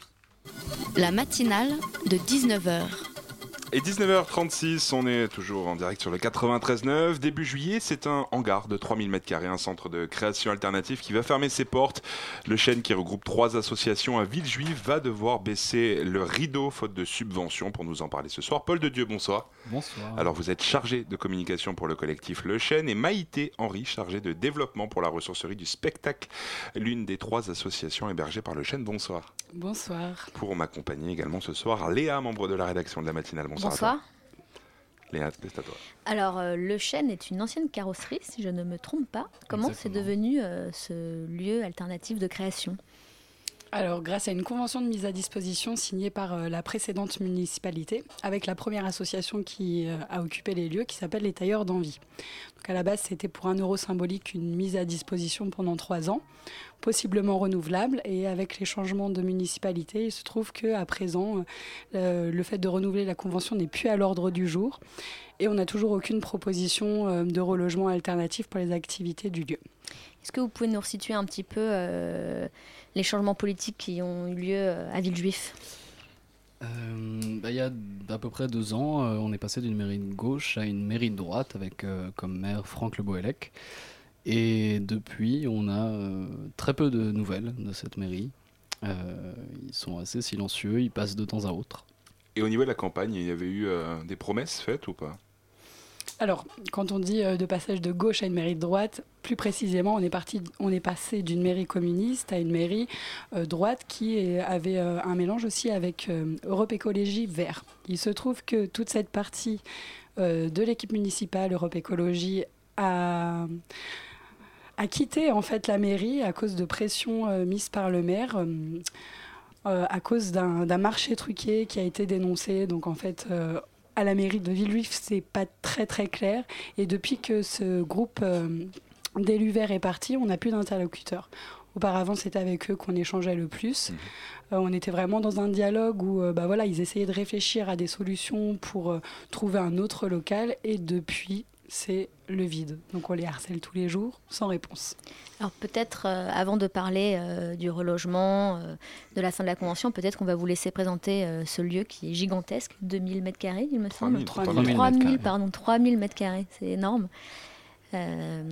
La matinale de dix-neuf heures. Et dix-neuf heures trente-six, on est toujours en direct sur le quatre-vingt-treize neuf. Début juillet, c'est un hangar de trois mille mètres carrés, un centre de création alternative qui va fermer ses portes. Le chêne, qui regroupe trois associations à Villejuif, va devoir baisser le rideau faute de subventions. Pour nous en parler ce soir, Paul de Dieu, bonsoir. Bonsoir. Alors vous êtes chargé de communication pour le collectif Le Chêne et Maïté Henry, chargé de développement pour la ressourcerie du spectacle, l'une des trois associations hébergées par Le Chêne. Bonsoir. Bonsoir. Pour m'accompagner également ce soir, Léa, membre de la rédaction de la matinale. Bonsoir. Bonsoir. Léa, c'est à toi. Alors, euh, Le Chêne est une ancienne carrosserie, si je ne me trompe pas. Comment Exactement. c'est devenu euh, ce lieu alternatif de création ? Alors, grâce à une convention de mise à disposition signée par euh, la précédente municipalité, avec la première association qui euh, a occupé les lieux, qui s'appelle les Tailleurs d'Envie. Donc, à la base, c'était pour un euro symbolique une mise à disposition pendant trois ans, possiblement renouvelable. Et avec les changements de municipalité, il se trouve qu'à présent, euh, le fait de renouveler la convention n'est plus à l'ordre du jour. Et on n'a toujours aucune proposition euh, de relogement alternatif pour les activités du lieu. Est-ce que vous pouvez nous resituer un petit peu euh, les changements politiques qui ont eu lieu à Villejuif ? euh, bah, Il y a à peu près deux ans, euh, on est passé d'une mairie de gauche à une mairie de droite avec euh, comme maire Franck Le Boëlec. Et depuis, on a euh, très peu de nouvelles de cette mairie. Euh, ils sont assez silencieux, ils passent de temps à autre. Et au niveau de la campagne, il y avait eu euh, des promesses faites ou pas ? Alors, quand on dit euh, de passage de gauche à une mairie de droite, plus précisément, on est, parti, on est passé d'une mairie communiste à une mairie euh, droite qui est, avait euh, un mélange aussi avec euh, Europe Écologie Vert. Il se trouve que toute cette partie euh, de l'équipe municipale Europe Écologie a, a quitté en fait la mairie à cause de pressions euh, mises par le maire. Euh, euh, à cause d'un, d'un marché truqué qui a été dénoncé. Donc en fait, euh, à la mairie de Villejuif, c'est pas très très clair. Et depuis que ce groupe euh, d'élus verts est parti, on n'a plus d'interlocuteurs. Auparavant, c'était avec eux qu'on échangeait le plus. Mmh. Euh, on était vraiment dans un dialogue où euh, bah voilà, ils essayaient de réfléchir à des solutions pour euh, trouver un autre local. Et depuis, c'est le vide. Donc on les harcèle tous les jours, sans réponse. Alors peut-être, euh, avant de parler euh, du relogement, euh, de la fin de la convention, peut-être qu'on va vous laisser présenter euh, ce lieu qui est gigantesque, deux mille mètres carrés, il me semble. trois mille, trois mille, pardon, trois mille mètres carrés, c'est énorme. Euh,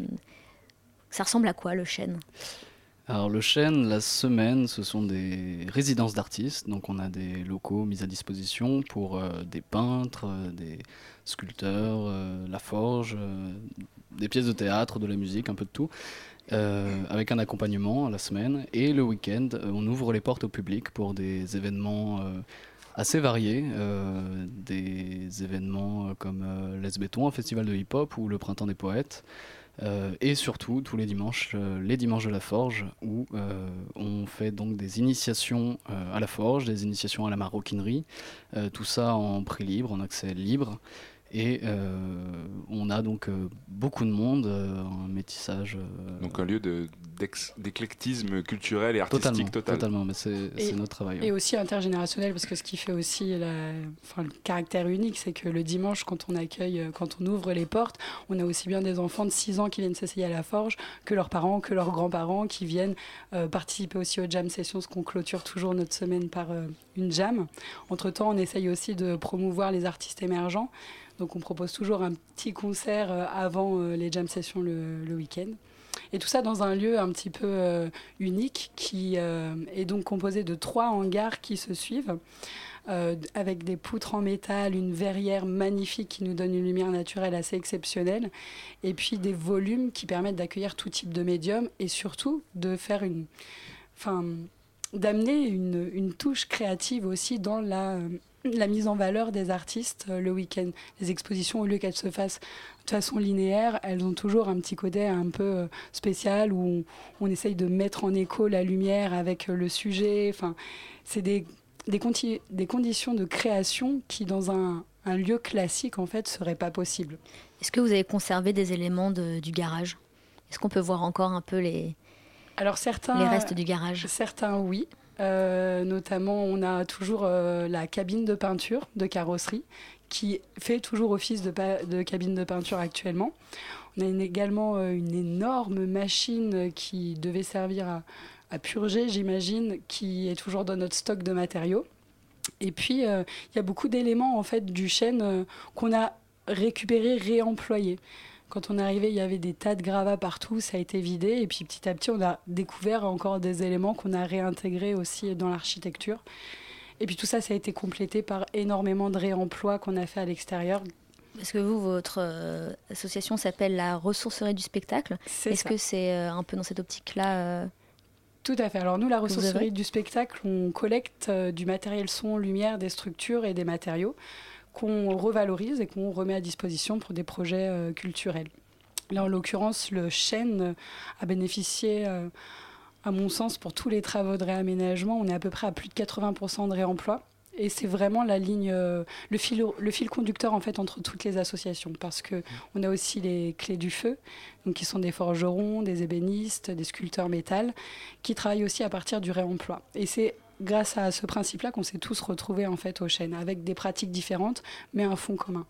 ça ressemble à quoi, le chêne ? Alors le chêne, la semaine, ce sont des résidences d'artistes. Donc on a des locaux mis à disposition pour euh, des peintres, euh, des sculpteurs, euh, la forge, euh, des pièces de théâtre, de la musique, un peu de tout, euh, avec un accompagnement la semaine. Et le week-end, euh, on ouvre les portes au public pour des événements euh, assez variés, euh, des événements comme euh, Les Béton, un festival de hip-hop, ou le Printemps des Poètes. Euh, et surtout tous les dimanches, euh, les dimanches de la forge, où euh, on fait donc des initiations euh, à la forge, des initiations à la maroquinerie, euh, tout ça en prix libre, en accès libre. Et euh, on a donc euh, beaucoup de monde, euh, un métissage. Euh, donc un lieu de, d'éclectisme culturel et artistique totalement, total. Totalement, mais c'est, c'est notre travail. Et ouais. aussi intergénérationnel, parce que ce qui fait aussi la, enfin, le caractère unique, c'est que le dimanche, quand on accueille, quand on ouvre les portes, on a aussi bien des enfants de six ans qui viennent s'essayer à la forge, que leurs parents, que leurs grands-parents qui viennent euh, participer aussi aux jam sessions, ce qu'on clôture toujours notre semaine par euh, une jam. Entre-temps, on essaye aussi de promouvoir les artistes émergents. Donc on propose toujours un petit concert euh, avant euh, les jam sessions le, le week-end. Et tout ça dans un lieu un petit peu euh, unique qui euh, est donc composé de trois hangars qui se suivent, euh, avec des poutres en métal, une verrière magnifique qui nous donne une lumière naturelle assez exceptionnelle, et puis des volumes qui permettent d'accueillir tout type de médium et surtout de faire une... Enfin, d'amener une, une touche créative aussi dans la... Euh, la mise en valeur des artistes euh, le week-end. Les expositions, au lieu qu'elles se fassent de façon linéaire, elles ont toujours un petit côté un peu euh, spécial où on, on essaye de mettre en écho la lumière avec euh, le sujet. Enfin, c'est des, des, conti- des conditions de création qui, dans un, un lieu classique, en fait, ne seraient pas possibles. Est-ce que vous avez conservé des éléments de, du garage ? Est-ce qu'on peut voir encore un peu les, Alors, certains, les restes du garage ? Certains, oui. Euh, notamment, on a toujours euh, la cabine de peinture de carrosserie qui fait toujours office de, pa- de cabine de peinture actuellement. On a une, également euh, une énorme machine qui devait servir à, à purger, j'imagine, qui est toujours dans notre stock de matériaux. Et puis, il euh, y a beaucoup d'éléments en fait, du chêne euh, qu'on a récupérés, réemployés. Quand on est arrivé, il y avait des tas de gravats partout, ça a été vidé. Et puis petit à petit, on a découvert encore des éléments qu'on a réintégrés aussi dans l'architecture. Et puis tout ça, ça a été complété par énormément de réemplois qu'on a fait à l'extérieur. Parce que vous, votre euh, association s'appelle la Ressourcerie du spectacle. C'est Est-ce ça. que c'est euh, un peu dans cette optique-là euh... Tout à fait. Alors nous, la Ressourcerie du spectacle, on collecte euh, du matériel son, lumière, des structures et des matériaux qu'on revalorise et qu'on remet à disposition pour des projets euh, culturels. Là, en l'occurrence, le chêne a bénéficié, euh, à mon sens, pour tous les travaux de réaménagement. On est à peu près à plus de quatre-vingts pour cent de réemploi. Et c'est vraiment la ligne, euh, le, fil, le fil conducteur en fait, entre toutes les associations. Parce qu'on a aussi les Clés du Feu, donc, qui sont des forgerons, des ébénistes, des sculpteurs métal, qui travaillent aussi à partir du réemploi. Et c'est grâce à ce principe-là qu'on s'est tous retrouvés en fait, au chêne, avec des pratiques différentes, mais un fond commun.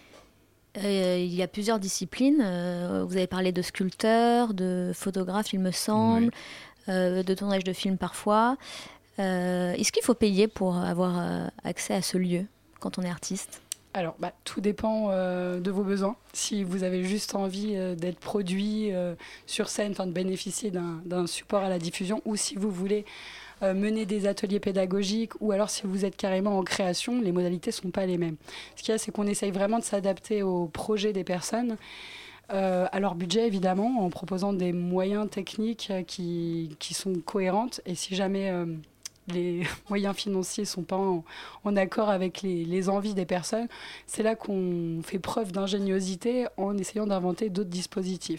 Euh, il y a plusieurs disciplines. Euh, vous avez parlé de sculpteurs, de photographes, il me semble, oui. euh, de tournage de films parfois. Euh, est-ce qu'il faut payer pour avoir euh, accès à ce lieu quand on est artiste ? Alors, bah, tout dépend euh, de vos besoins. Si vous avez juste envie euh, d'être produit euh, sur scène, de bénéficier d'un, d'un support à la diffusion, ou si vous voulez euh, mener des ateliers pédagogiques, ou alors si vous êtes carrément en création, les modalités ne sont pas les mêmes. Ce qu'il y a, c'est qu'on essaye vraiment de s'adapter aux projets des personnes, euh, à leur budget évidemment, en proposant des moyens techniques euh, qui, qui sont cohérentes. Et si jamais... Euh, les moyens financiers ne sont pas en, en accord avec les, les envies des personnes, c'est là qu'on fait preuve d'ingéniosité en essayant d'inventer d'autres dispositifs.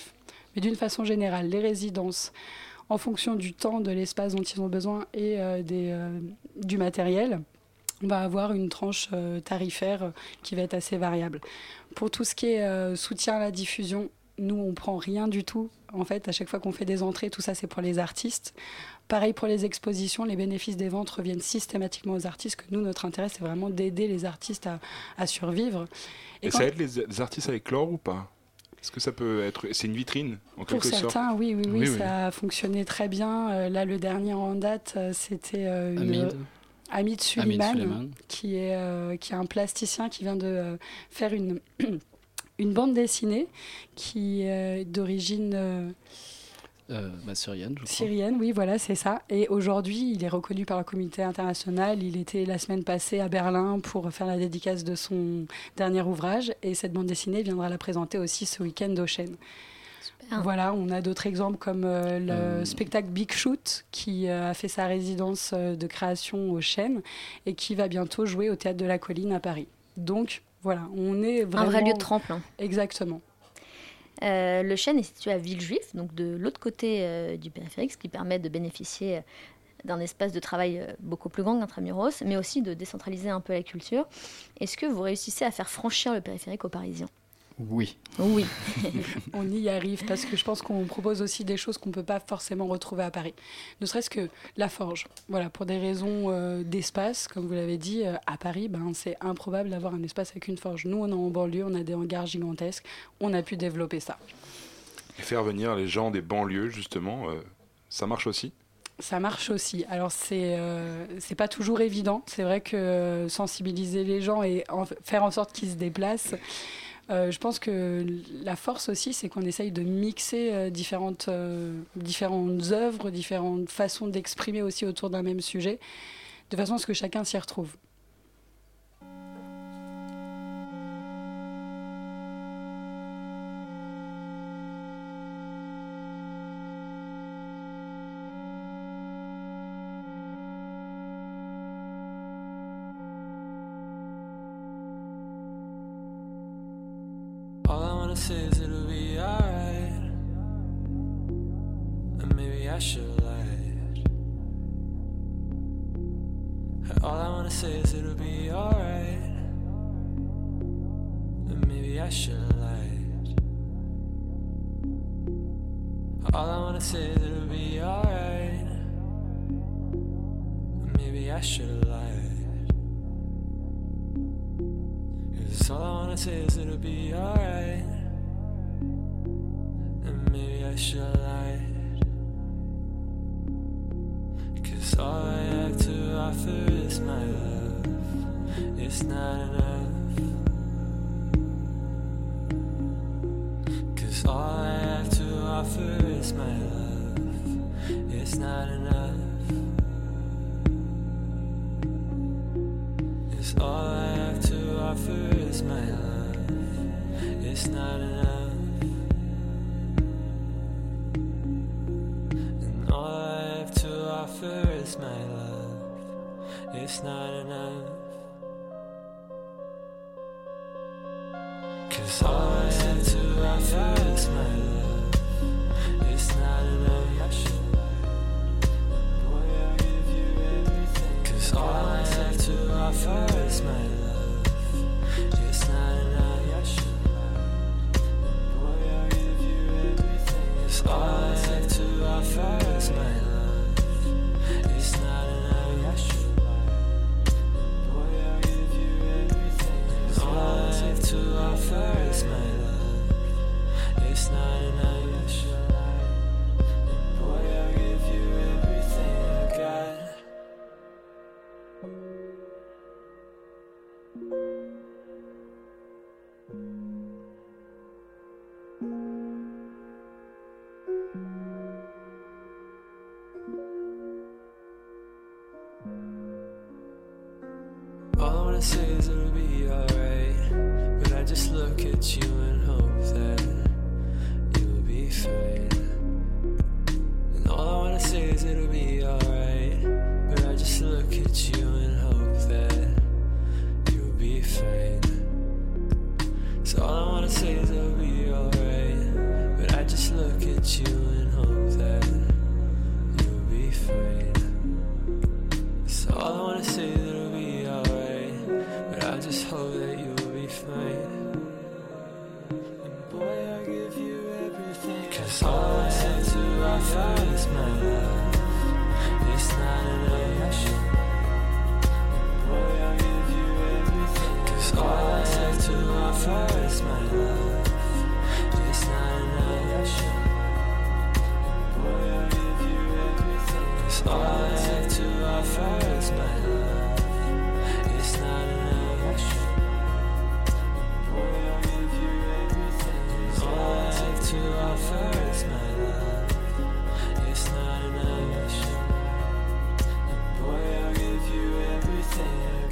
Mais d'une façon générale, les résidences, en fonction du temps, de l'espace dont ils ont besoin et euh, des, euh, du matériel, on va avoir une tranche euh, tarifaire euh, qui va être assez variable. Pour tout ce qui est euh, soutien à la diffusion, nous, on ne prend rien du tout. En fait, à chaque fois qu'on fait des entrées, tout ça, c'est pour les artistes. Pareil pour les expositions, les bénéfices des ventes reviennent systématiquement aux artistes, que nous, notre intérêt, c'est vraiment d'aider les artistes à, à survivre. Et, Et quand... ça aide les, les artistes à éclore ou pas ? Est-ce que ça peut être... C'est une vitrine, en quelque sorte ? Pour certains, oui, oui, oui, oui, ça oui. a fonctionné très bien. Euh, là, le dernier en date, euh, c'était euh, une... Hamid. Hamid Suleiman, Hamid Suleiman. Qui, est, euh, qui est un plasticien qui vient de euh, faire une, une bande dessinée qui est d'origine... Euh, Euh, bah, syrienne, je crois. Syrienne, oui, voilà, c'est ça. Et aujourd'hui, il est reconnu par la communauté internationale. Il était la semaine passée à Berlin pour faire la dédicace de son dernier ouvrage. Et cette bande dessinée viendra la présenter aussi ce week-end au Chêne. Super. Voilà, on a d'autres exemples comme euh, le euh... spectacle Big Shoot qui euh, a fait sa résidence euh, de création au Chêne et qui va bientôt jouer au Théâtre de la Colline à Paris. Donc, voilà, on est vraiment... Un vrai lieu de tremplin. Exactement. Euh, le Chêne est situé à Villejuif, donc de l'autre côté euh, du périphérique, ce qui permet de bénéficier d'un espace de travail beaucoup plus grand qu'Intramuros, mais aussi de décentraliser un peu la culture. Est-ce que vous réussissez à faire franchir le périphérique aux Parisiens ? Oui. Oui. On y arrive parce que je pense qu'on propose aussi des choses qu'on ne peut pas forcément retrouver à Paris. Ne serait-ce que la forge. Voilà, pour des raisons euh, d'espace, comme vous l'avez dit, euh, à Paris, ben, c'est improbable d'avoir un espace avec une forge. Nous, on est en banlieue, on a des hangars gigantesques, on a pu développer ça. Et faire venir les gens des banlieues, justement, euh, ça marche aussi ? Ça marche aussi. Alors, c'est, euh, c'est pas toujours évident. C'est vrai que sensibiliser les gens et en, faire en sorte qu'ils se déplacent... Euh, je pense que la force aussi, c'est qu'on essaye de mixer euh, différentes, euh, différentes œuvres, différentes façons d'exprimer aussi autour d'un même sujet, de façon à ce que chacun s'y retrouve. Says it'll be alright, and maybe I should lie. All I wanna say is it'll be alright, and maybe I should lie. All I wanna say is it'll be alright, and maybe I should lie. 'Cause all I wanna say is it'll be alright. Maybe I should lie, 'cause all I have to offer is my love. It's not enough, 'cause all I have to offer is my love. It's not enough, 'cause all I have to offer is my love. It's not enough. Is my love, it's not enough. 'Cause all I have to offer is my love, it's not enough. 'Cause all I have to offer is my love, it's not enough. 'Cause all I have to offer is my love. To offer is my love. It's not enough. And boy, I'll give you everything I got. All I wanna say is it'll be alright. I just look at you and hope that you'll be fine. And all I wanna say is it'll be alright. But I just look at you and hope that you'll be fine. So all I wanna say is it'll be alright. But I just look All I have to offer is my love. It's not enough. Boy, I'll give you everything. All I have to offer is my love. It's not enough. Boy, I'll give you everything I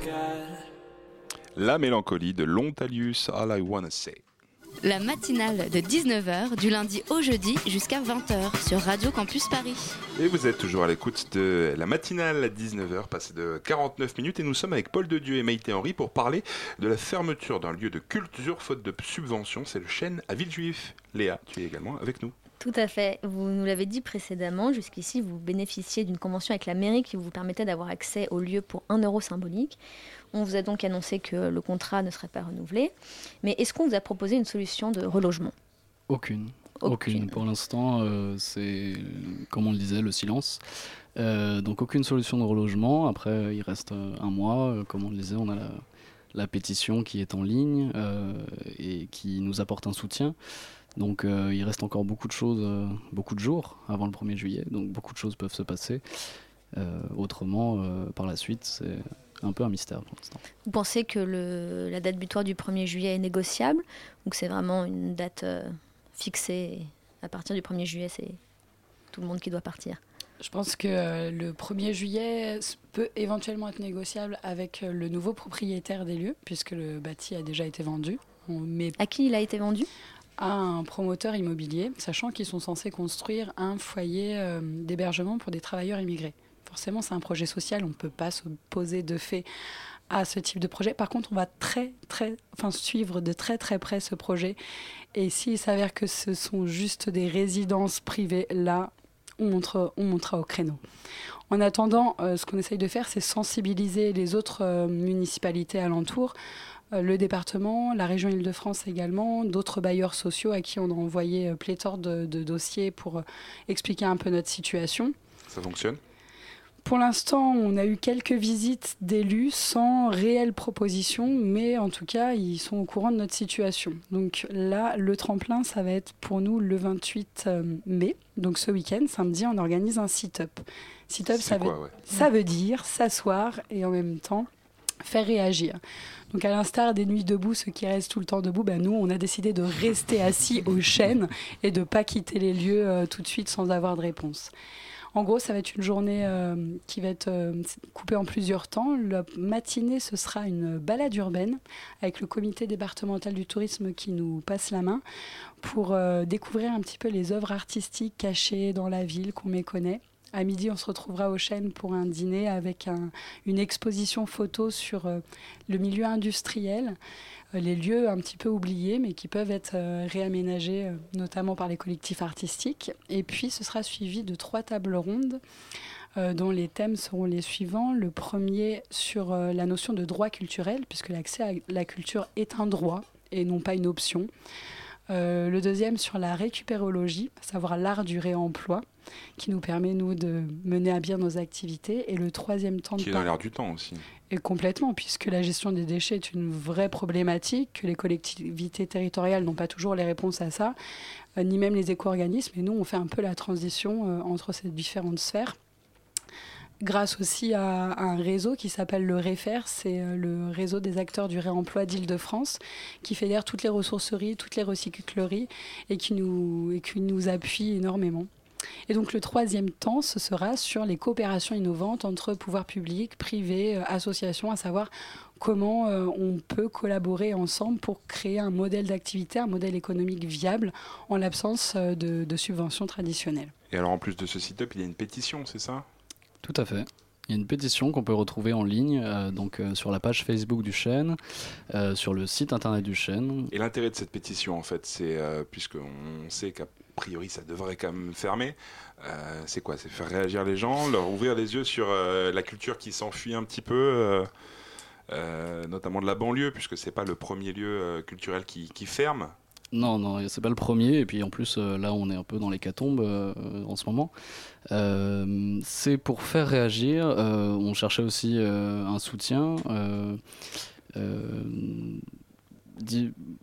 got. La mélancolie de Lontalius, All I Wanna Say. La matinale de dix-neuf heures du lundi au jeudi jusqu'à vingt heures sur Radio Campus Paris. Et vous êtes toujours à l'écoute de la matinale à dix-neuf heures, passée de quarante-neuf minutes, et nous sommes avec Paul Dedieu et Maïté Henry pour parler de la fermeture d'un lieu de culture faute de subvention, c'est le Chêne à Villejuif. Léa, tu es également avec nous. Tout à fait. Vous nous l'avez dit précédemment, jusqu'ici, vous bénéficiez d'une convention avec la mairie qui vous permettait d'avoir accès au lieu pour un euro symbolique. On vous a donc annoncé que le contrat ne serait pas renouvelé. Mais est-ce qu'on vous a proposé une solution de relogement ? Aucune. Aucune. Aucune. Pour l'instant, euh, c'est, comme on le disait, le silence. Euh, donc aucune solution de relogement. Après, il reste un mois. Comme on le disait, on a la, la pétition qui est en ligne euh, et qui nous apporte un soutien. Donc euh, il reste encore beaucoup de choses, euh, beaucoup de jours avant le premier juillet, donc beaucoup de choses peuvent se passer. Euh, autrement, euh, par la suite, c'est un peu un mystère pour l'instant. Vous pensez que le, la date butoir du premier juillet est négociable ou que c'est vraiment une date euh, fixée et à partir du premier juillet, c'est tout le monde qui doit partir ? Je pense que euh, le premier juillet peut éventuellement être négociable avec euh, le nouveau propriétaire des lieux, puisque le bâti a déjà été vendu. On met... À qui il a été vendu ? À un promoteur immobilier, sachant qu'ils sont censés construire un foyer euh, d'hébergement pour des travailleurs immigrés. Forcément, c'est un projet social, on ne peut pas s'opposer de fait à ce type de projet. Par contre, on va très, très, enfin, suivre de très très près ce projet. Et s'il s'avère que ce sont juste des résidences privées, là, on, montre, on montera au créneau. En attendant, euh, ce qu'on essaye de faire, c'est sensibiliser les autres euh, municipalités alentours, le département, la région Île-de-France également, d'autres bailleurs sociaux à qui on a envoyé pléthore de, de dossiers pour expliquer un peu notre situation. Ça fonctionne ? Pour l'instant, on a eu quelques visites d'élus sans réelle proposition, mais en tout cas, ils sont au courant de notre situation. Donc là, le tremplin, ça va être pour nous le vingt-huit mai. Donc ce week-end, samedi, on organise un sit-up. Sit-up, ça, quoi, veut, ouais. ça veut dire s'asseoir et en même temps faire réagir. Donc à l'instar des nuits debout, ceux qui restent tout le temps debout, ben nous, on a décidé de rester assis au chêne et de ne pas quitter les lieux euh, tout de suite sans avoir de réponse. En gros, ça va être une journée euh, qui va être euh, coupée en plusieurs temps. La matinée, ce sera une balade urbaine avec le comité départemental du tourisme qui nous passe la main pour euh, découvrir un petit peu les œuvres artistiques cachées dans la ville qu'on méconnaît. À midi, on se retrouvera au Chêne pour un dîner avec un, une exposition photo sur euh, le milieu industriel, euh, les lieux un petit peu oubliés, mais qui peuvent être euh, réaménagés, euh, notamment par les collectifs artistiques. Et puis, ce sera suivi de trois tables rondes, euh, dont les thèmes seront les suivants. Le premier sur euh, la notion de droit culturel, puisque l'accès à la culture est un droit et non pas une option. Euh, le deuxième sur la récupérologie, à savoir l'art du réemploi, qui nous permet, nous, de mener à bien nos activités. Et le troisième temps de... Qui est dans l'air du temps aussi. Et complètement, puisque la gestion des déchets est une vraie problématique, que les collectivités territoriales n'ont pas toujours les réponses à ça, euh, ni même les éco-organismes. Et nous, on fait un peu la transition euh, entre ces différentes sphères. Grâce aussi à, à un réseau qui s'appelle le REFER, c'est euh, le réseau des acteurs du réemploi d'Île-de-France, qui fédère toutes les ressourceries, toutes les recycleries et qui nous, et qui nous appuie énormément. Et donc le troisième temps, ce sera sur les coopérations innovantes entre pouvoirs publics, privés, euh, associations, à savoir comment euh, on peut collaborer ensemble pour créer un modèle d'activité, un modèle économique viable en l'absence euh, de, de subventions traditionnelles. Et alors en plus de ce site-up, il y a une pétition, c'est ça ? Tout à fait. Il y a une pétition qu'on peut retrouver en ligne euh, donc, euh, sur la page Facebook du Chêne, euh, sur le site internet du Chêne. Et l'intérêt de cette pétition, en fait, c'est, euh, puisqu'on sait qu'à priori ça devrait quand même fermer, euh, c'est quoi ? C'est faire réagir les gens, leur ouvrir les yeux sur euh, la culture qui s'enfuit un petit peu, euh, euh, notamment de la banlieue, puisque c'est pas le premier lieu euh, culturel qui, qui ferme. Non, non, c'est pas le premier, et puis en plus euh, là on est un peu dans l'hécatombe euh, en ce moment. Euh, c'est pour faire réagir, euh, on cherchait aussi euh, un soutien. Euh, euh, dit,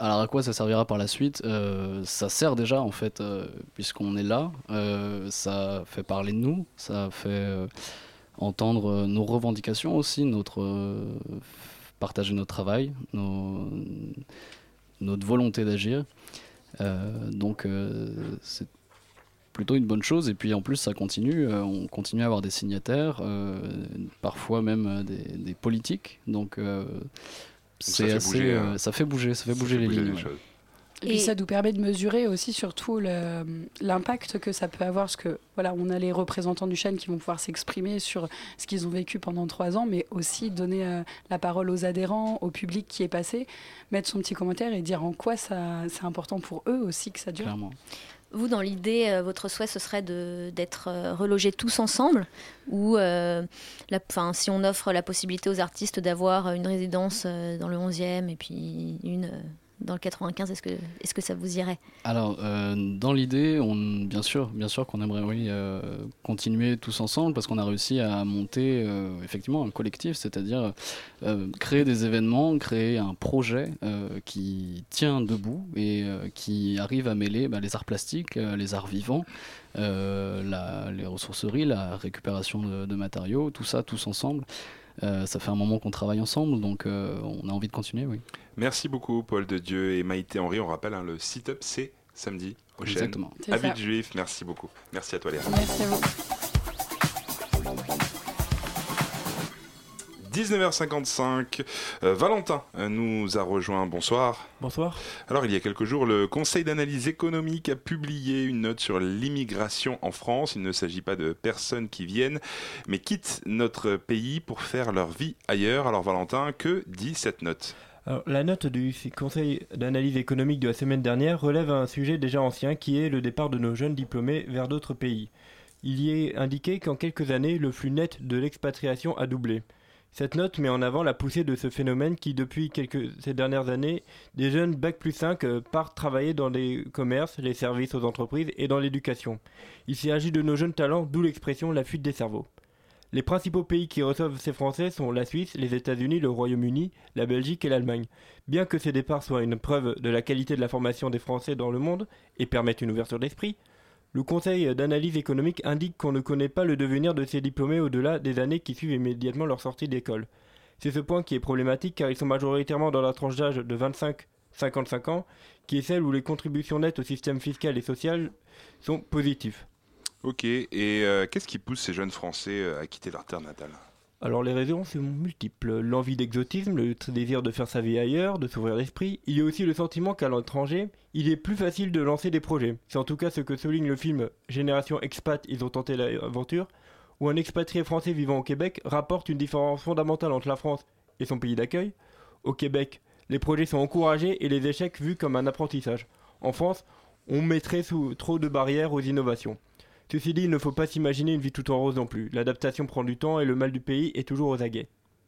Alors à quoi ça servira par la suite ? euh, Ça sert déjà en fait, euh, puisqu'on est là, euh, ça fait parler de nous, ça fait euh, entendre euh, nos revendications aussi, notre, euh, partager notre travail, nos, notre volonté d'agir. Euh, donc euh, c'est plutôt une bonne chose, et puis en plus ça continue, euh, on continue à avoir des signataires, euh, parfois même euh, des, des politiques, donc euh, c'est ça fait assez, bouger, euh, hein. ça fait bouger, ça fait Ça bouger fait les bouger lignes. les ouais. choses. Et puis ça nous permet de mesurer aussi surtout le, l'impact que ça peut avoir, parce que voilà, on a les représentants du Chêne qui vont pouvoir s'exprimer sur ce qu'ils ont vécu pendant trois ans, mais aussi donner euh, la parole aux adhérents, au public qui est passé, mettre son petit commentaire et dire en quoi ça, c'est important pour eux aussi que ça dure. Clairement. Vous, dans l'idée, euh, votre souhait, ce serait de, d'être euh, relogés tous ensemble, ou euh, la, si on offre la possibilité aux artistes d'avoir une résidence euh, dans le onzième et puis une... Euh, dans le quatre-vingt-quinze, est-ce que, est-ce que ça vous irait ? Alors, euh, dans l'idée, on, bien sûr, bien sûr qu'on aimerait oui, euh, continuer tous ensemble, parce qu'on a réussi à monter euh, effectivement un collectif, c'est-à-dire euh, créer des événements, créer un projet euh, qui tient debout et euh, qui arrive à mêler bah, les arts plastiques, euh, les arts vivants, euh, la, les ressourceries, la récupération de, de matériaux, tout ça, tous ensemble. Euh, ça fait un moment qu'on travaille ensemble, donc euh, on a envie de continuer, oui. Merci beaucoup, Paul de Dieu et Maïté Henry. On rappelle, hein, le sit-up, c'est samedi au Chêne. Exactement. À Villejuif. Merci beaucoup. Merci à toi, Léa. Merci à vous. dix-neuf heures cinquante-cinq, euh, Valentin euh, nous a rejoint. Bonsoir. Bonsoir. Alors, il y a quelques jours, le Conseil d'analyse économique a publié une note sur l'immigration en France. Il ne s'agit pas de personnes qui viennent, mais quittent notre pays pour faire leur vie ailleurs. Alors, Valentin, que dit cette note ? Alors, la note du Conseil d'analyse économique de la semaine dernière relève un sujet déjà ancien qui est le départ de nos jeunes diplômés vers d'autres pays. Il y est indiqué qu'en quelques années, le flux net de l'expatriation a doublé. Cette note met en avant la poussée de ce phénomène qui, depuis quelques, ces dernières années, des jeunes bac plus cinq euh, partent travailler dans les commerces, les services aux entreprises et dans l'éducation. Il s'agit de nos jeunes talents, d'où l'expression « la fuite des cerveaux ». Les principaux pays qui reçoivent ces Français sont la Suisse, les États-Unis, le Royaume-Uni, la Belgique et l'Allemagne. Bien que ces départs soient une preuve de la qualité de la formation des Français dans le monde et permettent une ouverture d'esprit, le Conseil d'analyse économique indique qu'on ne connaît pas le devenir de ces diplômés au-delà des années qui suivent immédiatement leur sortie d'école. C'est ce point qui est problématique car ils sont majoritairement dans la tranche d'âge de vingt-cinq à cinquante-cinq ans, qui est celle où les contributions nettes au système fiscal et social sont positives. Ok, et euh, qu'est-ce qui pousse ces jeunes Français à quitter leur terre natale ? Alors les raisons sont multiples. L'envie d'exotisme, le désir de faire sa vie ailleurs, de s'ouvrir l'esprit. Il y a aussi le sentiment qu'à l'étranger, il est plus facile de lancer des projets. C'est en tout cas ce que souligne le film Génération Expat, ils ont tenté l'aventure, où un expatrié français vivant au Québec rapporte une différence fondamentale entre la France et son pays d'accueil. Au Québec, les projets sont encouragés et les échecs vus comme un apprentissage. En France, on mettrait sous trop de barrières aux innovations. Ceci dit, il ne faut pas s'imaginer une vie tout en rose non plus. L'adaptation prend du temps et le mal du pays est toujours aux aguets.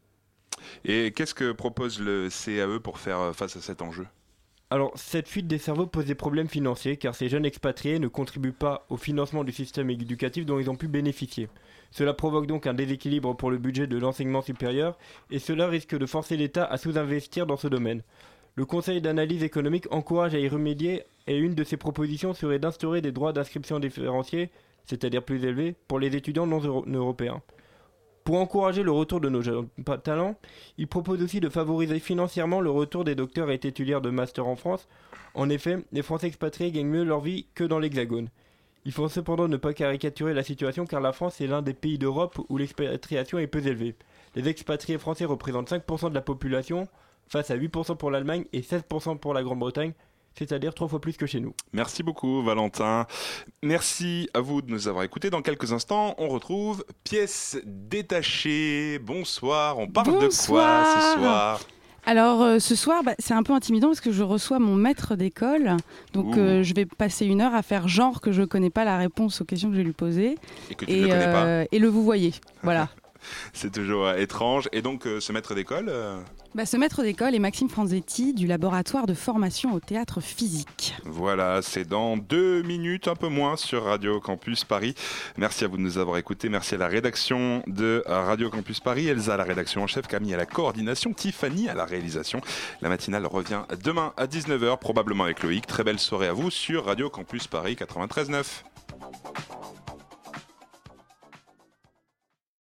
Et qu'est-ce que propose le C A E pour faire face à cet enjeu ? Alors, cette fuite des cerveaux pose des problèmes financiers car ces jeunes expatriés ne contribuent pas au financement du système éducatif dont ils ont pu bénéficier. Cela provoque donc un déséquilibre pour le budget de l'enseignement supérieur et cela risque de forcer l'État à sous-investir dans ce domaine. Le Conseil d'analyse économique encourage à y remédier et une de ses propositions serait d'instaurer des droits d'inscription différenciés, c'est-à-dire plus élevés, pour les étudiants non euro- européens. Pour encourager le retour de nos jeunes talents, il propose aussi de favoriser financièrement le retour des docteurs et titulaires de master en France. En effet, les Français expatriés gagnent mieux leur vie que dans l'Hexagone. Il faut cependant ne pas caricaturer la situation car la France est l'un des pays d'Europe où l'expatriation est peu élevée. Les expatriés français représentent cinq pour cent de la population, face à huit pour cent pour l'Allemagne et seize pour cent pour la Grande-Bretagne, c'est-à-dire trois fois plus que chez nous. Merci beaucoup Valentin. Merci à vous de nous avoir écoutés. Dans quelques instants, on retrouve Pièces détachées. Bonsoir, on parle Bonsoir. de quoi ce soir ? Alors euh, ce soir, bah, c'est un peu intimidant parce que je reçois mon maître d'école. Donc euh, je vais passer une heure à faire genre que je ne connais pas la réponse aux questions que je vais lui poser. Et que tu ne le connais pas. Et le vous voyez, voilà. C'est toujours euh, étrange. Et donc, euh, ce maître d'école euh... bah, Ce maître d'école est Maxime Franzetti du laboratoire de formation au théâtre physique. Voilà, c'est dans deux minutes, un peu moins, sur Radio Campus Paris. Merci à vous de nous avoir écoutés. Merci à la rédaction de Radio Campus Paris, Elsa à la rédaction en chef, Camille à la coordination, Tiffany à la réalisation. La matinale revient demain à dix-neuf heures, probablement avec Loïc. Très belle soirée à vous sur Radio Campus Paris quatre-vingt-treize neuf.